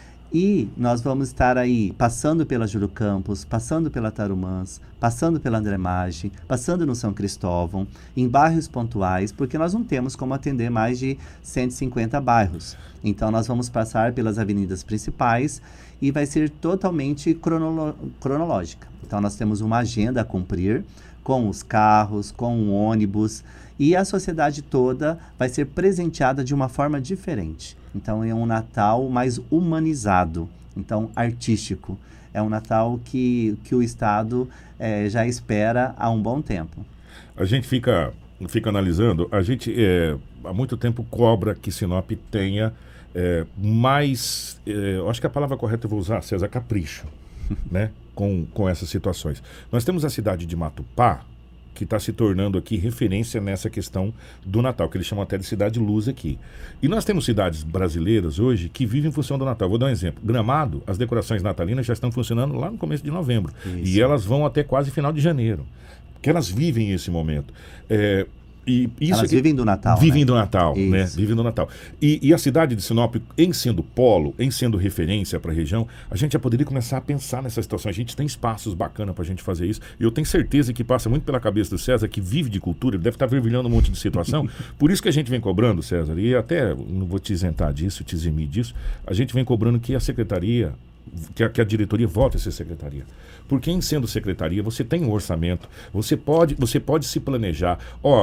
E nós vamos estar aí passando pela Júlio Campos, passando pela Tarumãs, passando pela André Maggi, passando no São Cristóvão, em bairros pontuais, porque nós não temos como atender mais de 150 bairros. Então, nós vamos passar pelas avenidas principais e vai ser totalmente cronológica. Então, nós temos uma agenda a cumprir, com os carros, com o ônibus, e a sociedade toda vai ser presenteada de uma forma diferente. Então, é um Natal mais humanizado, então artístico. É um Natal que o Estado já espera há um bom tempo. A gente fica fica analisando, a gente há muito tempo cobra que Sinop tenha mais, eu acho que a palavra correta eu vou usar, César, capricho, né? Com essas situações. Nós temos a cidade de Matupá, que está se tornando aqui referência nessa questão do Natal, que eles chamam até de cidade luz aqui. E nós temos cidades brasileiras hoje que vivem em função do Natal. Vou dar um exemplo. Gramado, as decorações natalinas já estão funcionando lá no começo de novembro. Isso. E elas vão até quase final de janeiro. Porque elas vivem esse momento. E isso elas vivem do Natal. Vivem, né? do Natal, né? Vivem do Natal. E a cidade de Sinop, em sendo polo, em sendo referência para a região, a gente já poderia começar a pensar nessa situação. A gente tem espaços bacanas para a gente fazer isso. E eu tenho certeza que passa muito pela cabeça do César, que vive de cultura, ele deve estar fervilhando um monte de situação. Por isso que a gente vem cobrando, César, e até não vou te isentar disso, te eximir disso, a gente vem cobrando que a secretaria, que a diretoria volte a ser secretaria. Porque em sendo secretaria, você tem um orçamento, você pode se planejar.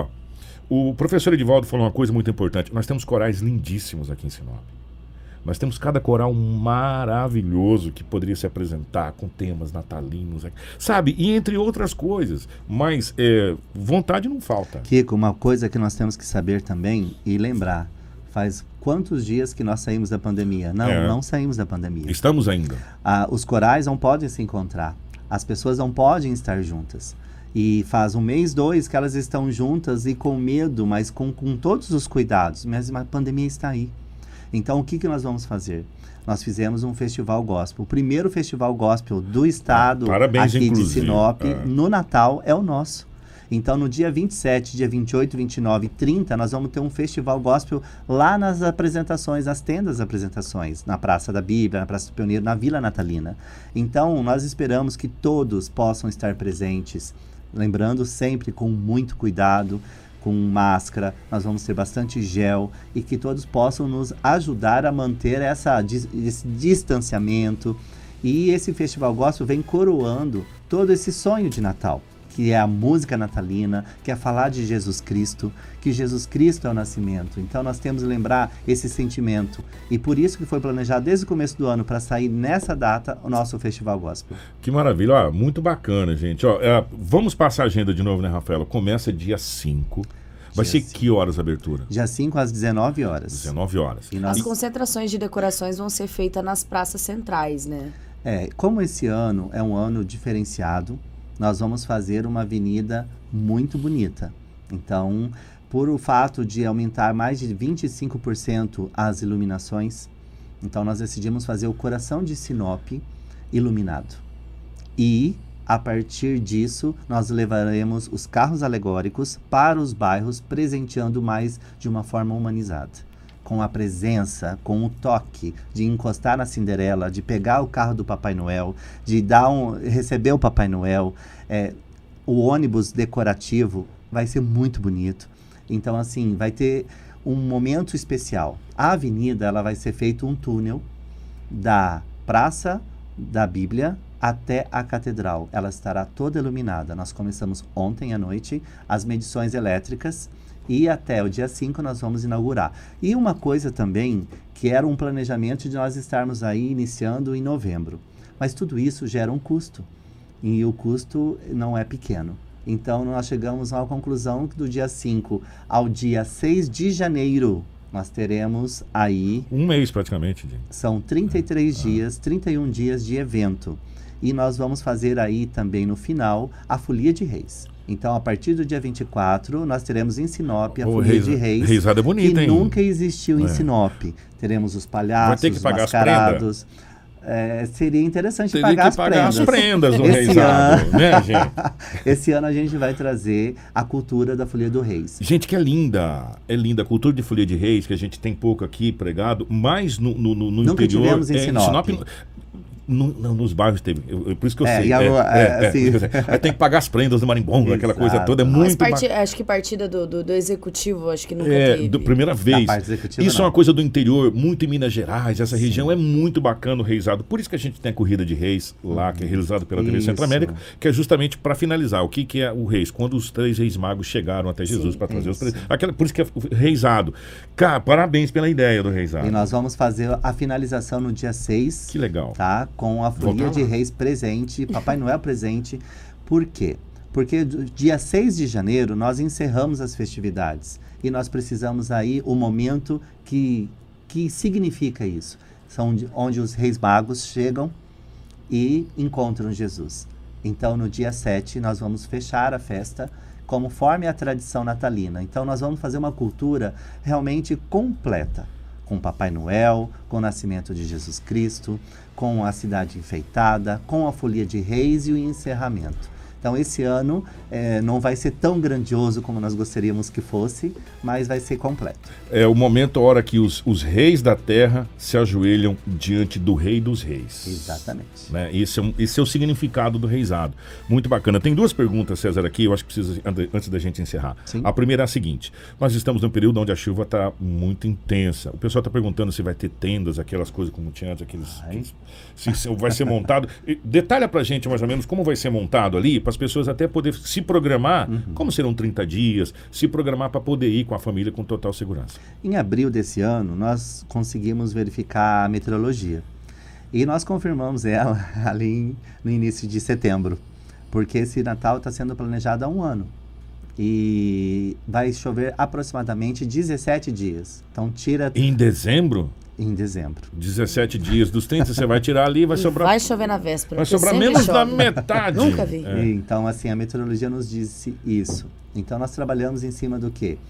O professor Edivaldo falou uma coisa muito importante. Nós temos corais lindíssimos aqui em Sinop. Nós temos cada coral maravilhoso que poderia se apresentar com temas natalinos, sabe? E entre outras coisas. Mas vontade não falta. Kiko, uma coisa que nós temos que saber também e lembrar. Faz quantos dias que nós saímos da pandemia? Não saímos da pandemia. Estamos ainda. Os corais não podem se encontrar. As pessoas não podem estar juntas. E faz 1 mês, 2 que elas estão juntas e com medo, mas com todos os cuidados. Mas a pandemia está aí. Então, o que nós vamos fazer? Nós fizemos um festival gospel. O primeiro festival gospel do estado, parabéns, aqui inclusive. de Sinop, no Natal, é o nosso. Então, no dia 27, dia 28, 29 e 30, nós vamos ter um festival gospel lá nas apresentações, nas tendas de apresentações, na Praça da Bíblia, na Praça do Pioneiro, na Vila Natalina. Então, nós esperamos que todos possam estar presentes, lembrando sempre com muito cuidado, com máscara, nós vamos ter bastante gel e que todos possam nos ajudar a manter esse distanciamento. E esse festival gospel vem coroando todo esse sonho de Natal, que é a música natalina, que é falar de Jesus Cristo, que Jesus Cristo é o nascimento. Então nós temos que lembrar esse sentimento. E por isso que foi planejado desde o começo do ano para sair nessa data o nosso Festival Gospel. Que maravilha, muito bacana, gente. Vamos passar a agenda de novo, né, Rafaela? Começa dia 5. Vai ser que horas a abertura? Dia 5 às 19 horas. 19 horas. As concentrações de decorações vão ser feitas nas praças centrais, né? Como esse ano é um ano diferenciado, nós vamos fazer uma avenida muito bonita. Então, por o fato de aumentar mais de 25% as iluminações, então nós decidimos fazer o coração de Sinop iluminado. E, a partir disso, nós levaremos os carros alegóricos para os bairros, presenteando mais de uma forma humanizada. Com a presença, com o toque de encostar na Cinderela, de pegar o carro do Papai Noel, de receber o Papai Noel. O ônibus decorativo vai ser muito bonito. Então, assim, vai ter um momento especial. A avenida, ela vai ser feito um túnel da Praça da Bíblia até a Catedral. Ela estará toda iluminada. Nós começamos ontem à noite as medições elétricas. E até o dia 5 nós vamos inaugurar. E uma coisa também, que era um planejamento de nós estarmos aí iniciando em novembro. Mas tudo isso gera um custo. E o custo não é pequeno. Então nós chegamos à conclusão que do dia 5 ao dia 6 de janeiro, nós teremos aí... Um mês praticamente. São 33 dias, 31 dias de evento. E nós vamos fazer aí também no final a Folia de Reis. Então, a partir do dia 24, nós teremos em Sinop a Folia de Reis. Reisada é bonita, que hein? nunca existiu em Sinop. Teremos os palhaços, vai ter que pagar mascarados. Seria interessante pagar as prendas do Reisado, né, gente? Esse ano a gente vai trazer a cultura da Folia do Reis. Gente, que é linda. É linda a cultura de Folia de Reis, que a gente tem pouco aqui pregado, mas no nunca interior... tivemos em Sinop. Nos bairros teve, por isso que eu sei. Tem que pagar as prendas do marimbondo, aquela coisa toda, é muito... Acho que partida do executivo, acho que nunca teve. Primeira vez. Isso não. É uma coisa do interior, muito em Minas Gerais, essa região é muito bacana o reisado. Por isso que a gente tem a corrida de reis lá, que é realizada pela TV Centro-América, que é justamente para finalizar. O que é o reis? Quando os 3 reis magos chegaram até Jesus para trazer os presentes. Por isso que é o reisado. Cara, parabéns pela ideia do reisado. E nós vamos fazer a finalização no dia 6. Que legal. Tá? Com a Folia de Reis presente, Papai Noel presente. Por quê? Porque dia 6 de janeiro nós encerramos as festividades e nós precisamos aí o momento que significa isso. São onde os reis magos chegam e encontram Jesus. Então, no dia 7, nós vamos fechar a festa conforme a tradição natalina. Então, nós vamos fazer uma cultura realmente completa, com Papai Noel, com o nascimento de Jesus Cristo, com a cidade enfeitada, com a folia de reis e o encerramento. Então, esse ano não vai ser tão grandioso como nós gostaríamos que fosse, mas vai ser completo. É o momento, a hora que os reis da terra se ajoelham diante do Rei dos Reis. Exatamente. Né? Esse é o significado do reisado. Muito bacana. Tem duas perguntas, César, aqui, eu acho que precisa, antes da gente encerrar. Sim. A primeira é a seguinte: nós estamos num período onde a chuva está muito intensa. O pessoal está perguntando se vai ter tendas, aquelas coisas como tinha antes, se vai ser montado. Detalha pra gente mais ou menos como vai ser montado ali, para as pessoas até poder se programar, como serão 30 dias, se programar para poder ir com a família com total segurança. Em abril desse ano, nós conseguimos verificar a meteorologia. E nós confirmamos ela ali no início de setembro, porque esse Natal está sendo planejado há um ano. E vai chover aproximadamente 17 dias. Então tira... Em dezembro? Em dezembro. 17 dias dos 30 você vai tirar ali e vai sobrar... Vai chover na véspera. Vai sobrar menos da metade. Nunca vi. Então, assim, a meteorologia nos disse isso. Então, nós trabalhamos em cima do quê?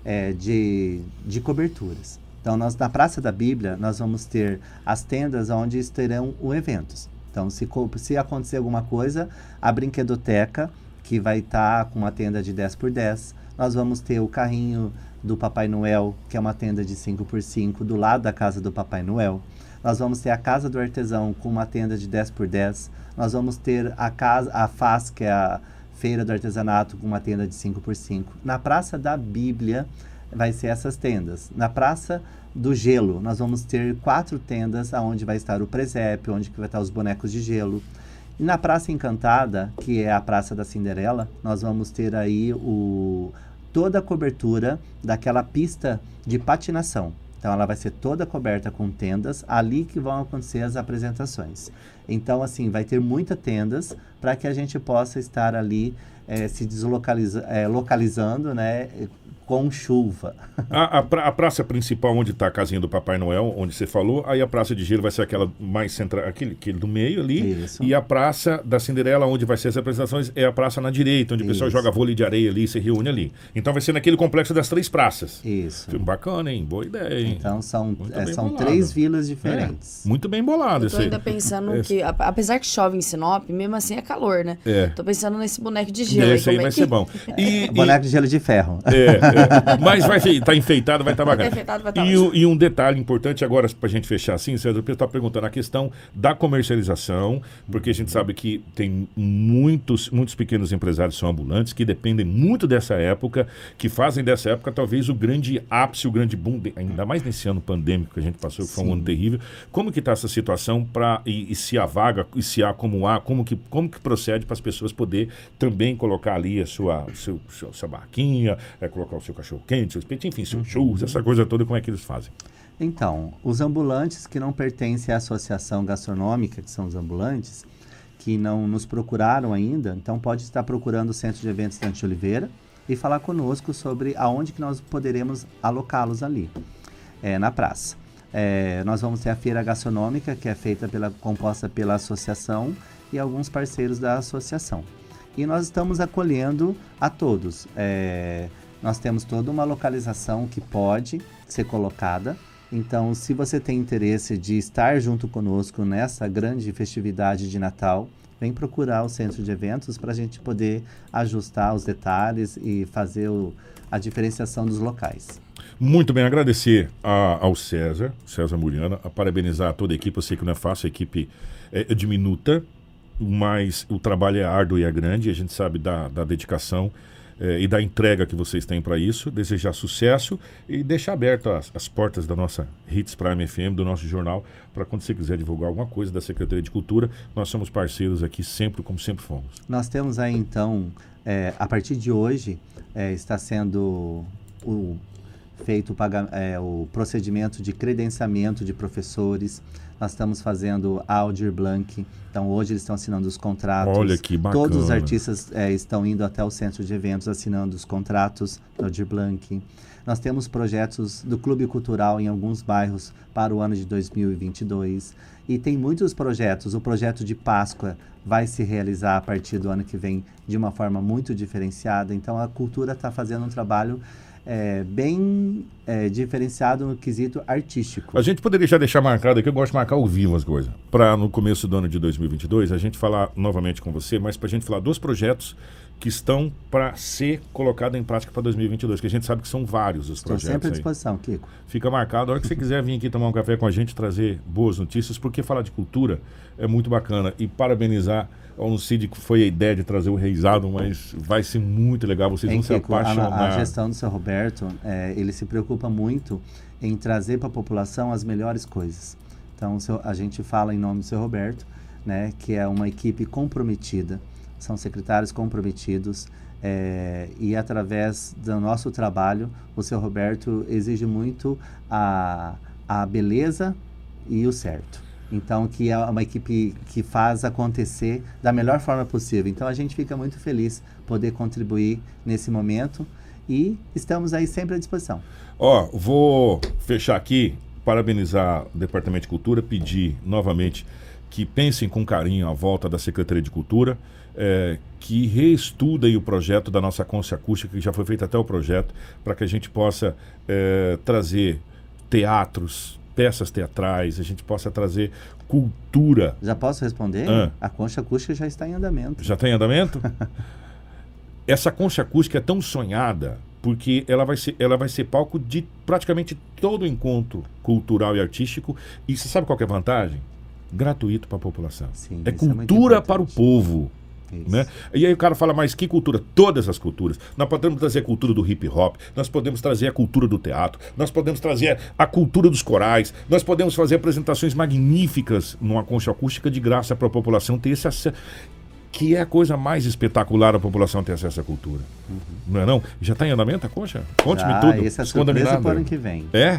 De coberturas. Então, na Praça da Bíblia, nós vamos ter as tendas onde terão os eventos. Então, se acontecer alguma coisa, a brinquedoteca, que vai estar com uma tenda de 10x10. Nós vamos ter o carrinho do Papai Noel, que é uma tenda de 5x5, do lado da casa do Papai Noel. Nós vamos ter a Casa do Artesão, com uma tenda de 10x10. Nós vamos ter a FAS, que é a Feira do Artesanato, com uma tenda de 5x5. Na Praça da Bíblia, vai ser essas tendas. Na Praça do Gelo, nós vamos ter 4 tendas, onde vai estar o presépio, onde vai estar os bonecos de gelo. E na Praça Encantada, que é a Praça da Cinderela, nós vamos ter aí toda a cobertura daquela pista de patinação. Então, ela vai ser toda coberta com tendas, ali que vão acontecer as apresentações. Então, assim, vai ter muitas tendas para que a gente possa estar ali se localizando, né, com chuva. A praça principal, onde está a casinha do Papai Noel, onde você falou, aí a Praça de Gelo vai ser aquela mais central, aquele do meio ali. Isso. E a Praça da Cinderela, onde vai ser as apresentações, é a praça na direita, onde o pessoal joga vôlei de areia ali e se reúne ali. Então vai ser naquele complexo das 3 praças. Isso. Bacana, hein? Boa ideia, hein? Então são 3 vilas diferentes. Muito bem bolado esse aí. Eu tô ainda pensando que, apesar que chove em Sinop, mesmo assim é calor, né? Tô pensando nesse boneco de gelo. Esse aí vai ser bom. Boneco de gelo de ferro. Mas vai estar enfeitado, vai estar bacana. E um detalhe importante agora, para a gente fechar assim, César, o pessoal está perguntando a questão da comercialização, porque a gente sabe que tem muitos pequenos empresários são ambulantes, que dependem muito dessa época, que fazem dessa época talvez o grande ápice, o grande boom, ainda mais nesse ano pandêmico que a gente passou, que foi um ano terrível. Como que está essa situação e se há vaga, e se há como que procede para as pessoas poder também colocar ali a sua barraquinha, colocar o seu cachorro quente, seu espeto, enfim, seus churros, essa coisa toda, como é que eles fazem? Então, os ambulantes que não pertencem à associação gastronômica, que são os ambulantes, que não nos procuraram ainda, então pode estar procurando o Centro de Eventos Dante de Oliveira e falar conosco sobre aonde que nós poderemos alocá-los ali, na praça. Nós vamos ter a feira gastronômica, que é composta pela associação e alguns parceiros da associação. E nós estamos acolhendo a todos. Nós temos toda uma localização que pode ser colocada. Então, se você tem interesse de estar junto conosco nessa grande festividade de Natal, vem procurar o centro de eventos para a gente poder ajustar os detalhes e fazer a diferenciação dos locais. Muito bem, agradecer ao César Muriana, a parabenizar toda a equipe. Eu sei que não é fácil, a equipe é diminuta, mas o trabalho é árduo e é grande, e a gente sabe da dedicação e da entrega que vocês têm para isso. Desejar sucesso e deixar aberto as portas da nossa Hits Prime FM, do nosso jornal, para quando você quiser divulgar alguma coisa da Secretaria de Cultura. Nós somos parceiros aqui sempre, como sempre fomos. Nós temos aí então, a partir de hoje, está sendo feito o procedimento de credenciamento de professores. Nós estamos fazendo a Aldir Blanc. Então, hoje eles estão assinando os contratos. Olha que bacana. Todos os artistas estão indo até o centro de eventos assinando os contratos da Aldir Blanc. Nós temos projetos do Clube Cultural em alguns bairros para o ano de 2022. E tem muitos projetos. O projeto de Páscoa vai se realizar a partir do ano que vem de uma forma muito diferenciada. Então, a cultura está fazendo um trabalho bem diferenciado no quesito artístico. A gente poderia já deixar marcado aqui, eu gosto de marcar ao vivo as coisas, para no começo do ano de 2022 a gente falar novamente com você, mas para a gente falar dos projetos que estão para ser colocado em prática para 2022, que a gente sabe que são vários os projetos. Estou sempre à disposição, Kiko. Fica marcado, a hora que você quiser vir aqui tomar um café com a gente, trazer boas notícias, porque falar de cultura é muito bacana. E parabenizar ao Cid, que foi a ideia de trazer o Reisado, mas vai ser muito legal, vocês vão se apaixonar. A gestão do seu Roberto, ele se preocupa muito em trazer para a população as melhores coisas. Então, a gente fala em nome do seu Roberto, né, que é uma equipe comprometida, são secretários comprometidos, e através do nosso trabalho, o seu Roberto exige muito a beleza e o certo. Então, que é uma equipe que faz acontecer da melhor forma possível. Então, a gente fica muito feliz poder contribuir nesse momento e estamos aí sempre à disposição. Vou fechar aqui, parabenizar o Departamento de Cultura, pedir novamente que pensem com carinho a volta da Secretaria de Cultura, que reestudem o projeto da nossa Concha Acústica, que já foi feito até o projeto, para que a gente possa trazer teatros, peças teatrais, a gente possa trazer cultura. Já posso responder? A Concha Acústica já está em andamento. Já está em andamento? Essa Concha Acústica é tão sonhada porque ela vai ser palco de praticamente todo o encontro cultural e artístico. E você sabe qual que é a vantagem? Gratuito para a população. Sim, é cultura para o povo. Né? E aí o cara fala, mas que cultura? Todas as culturas. Nós podemos trazer a cultura do hip hop, nós podemos trazer a cultura do teatro, nós podemos trazer a cultura dos corais, nós podemos fazer apresentações magníficas numa Concha Acústica de graça para a população ter esse acesso, que é a coisa mais espetacular a população ter acesso à cultura. Não é não? Já está em andamento a Concha? Conte-me tudo. Essa é a surpresa para o ano que vem. É?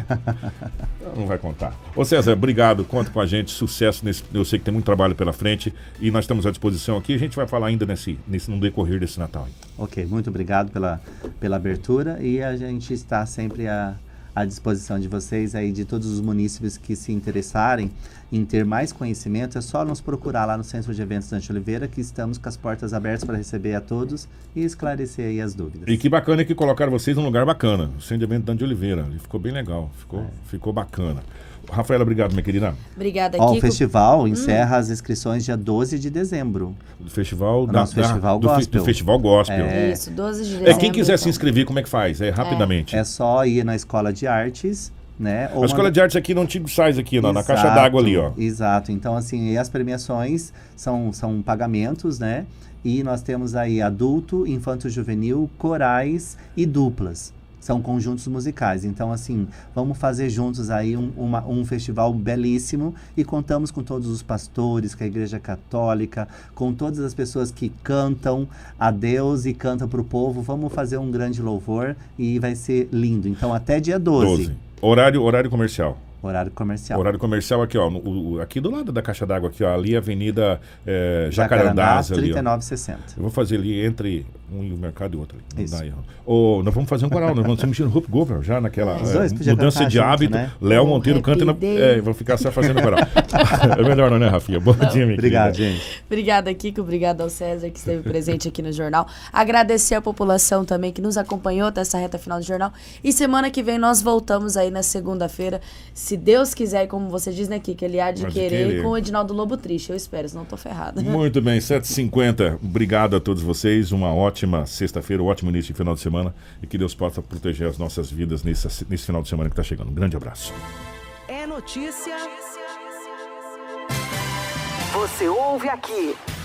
Não vai contar. Ô César, obrigado, conta com a gente, sucesso nesse, eu sei que tem muito trabalho pela frente e nós estamos à disposição aqui, a gente vai falar ainda no decorrer desse Natal. Ok, muito obrigado pela abertura e a gente está sempre à disposição de vocês aí, de todos os munícipes que se interessarem em ter mais conhecimento, é só nos procurar lá no Centro de Eventos Dante Oliveira, que estamos com as portas abertas para receber a todos e esclarecer aí as dúvidas. E que bacana que colocaram vocês num lugar bacana, o Centro de Eventos Dante Oliveira, ele ficou bem legal, ficou bacana. Rafaela, obrigado, minha querida. Obrigada, Kiko. O festival encerra as inscrições dia 12 de dezembro. Do festival Gospel. Do Festival Gospel. Isso, 12 de dezembro. Quem quiser se inscrever, como é que faz? Rapidamente. É só ir na Escola de Artes, né? A Escola de Artes aqui no Antigo Sais, aqui, na caixa d'água ali, ó. Exato. Então, assim, as premiações são pagamentos, né? E nós temos aí adulto, infanto-juvenil, corais e duplas. São conjuntos musicais. Então, assim, vamos fazer juntos aí um festival belíssimo e contamos com todos os pastores, com a Igreja Católica, com todas as pessoas que cantam a Deus e cantam para o povo. Vamos fazer um grande louvor e vai ser lindo. Então, até dia 12. Horário comercial. Horário comercial. Horário comercial aqui, ó. Aqui do lado da caixa d'água, aqui, ó. Ali a Avenida Jacarandás. 3960. Eu vou fazer ali entre um mercado e outro. Nós vamos fazer um coral, nós vamos mexer no Hope Gover, já naquela mudança de hábito. Né? Léo Monteiro canta vou ficar só fazendo coral. É melhor, não, né, Rafinha? Bom dia, minha Obrigado, gente. Obrigada, Kiko. Obrigado ao César, que esteve presente aqui no jornal. Agradecer a população também que nos acompanhou até essa reta final do jornal. E semana que vem nós voltamos aí na segunda-feira. Se Deus quiser, e como você diz, né, Kiko, ele há de querer, com o Edinaldo Lobo Triste. Eu espero, senão eu tô ferrada. Muito bem, 7h50. Obrigado a todos vocês. Uma ótima sexta-feira, um ótimo início de final de semana. E que Deus possa proteger as nossas vidas nesse final de semana que está chegando. Um grande abraço. É notícia. Você ouve aqui.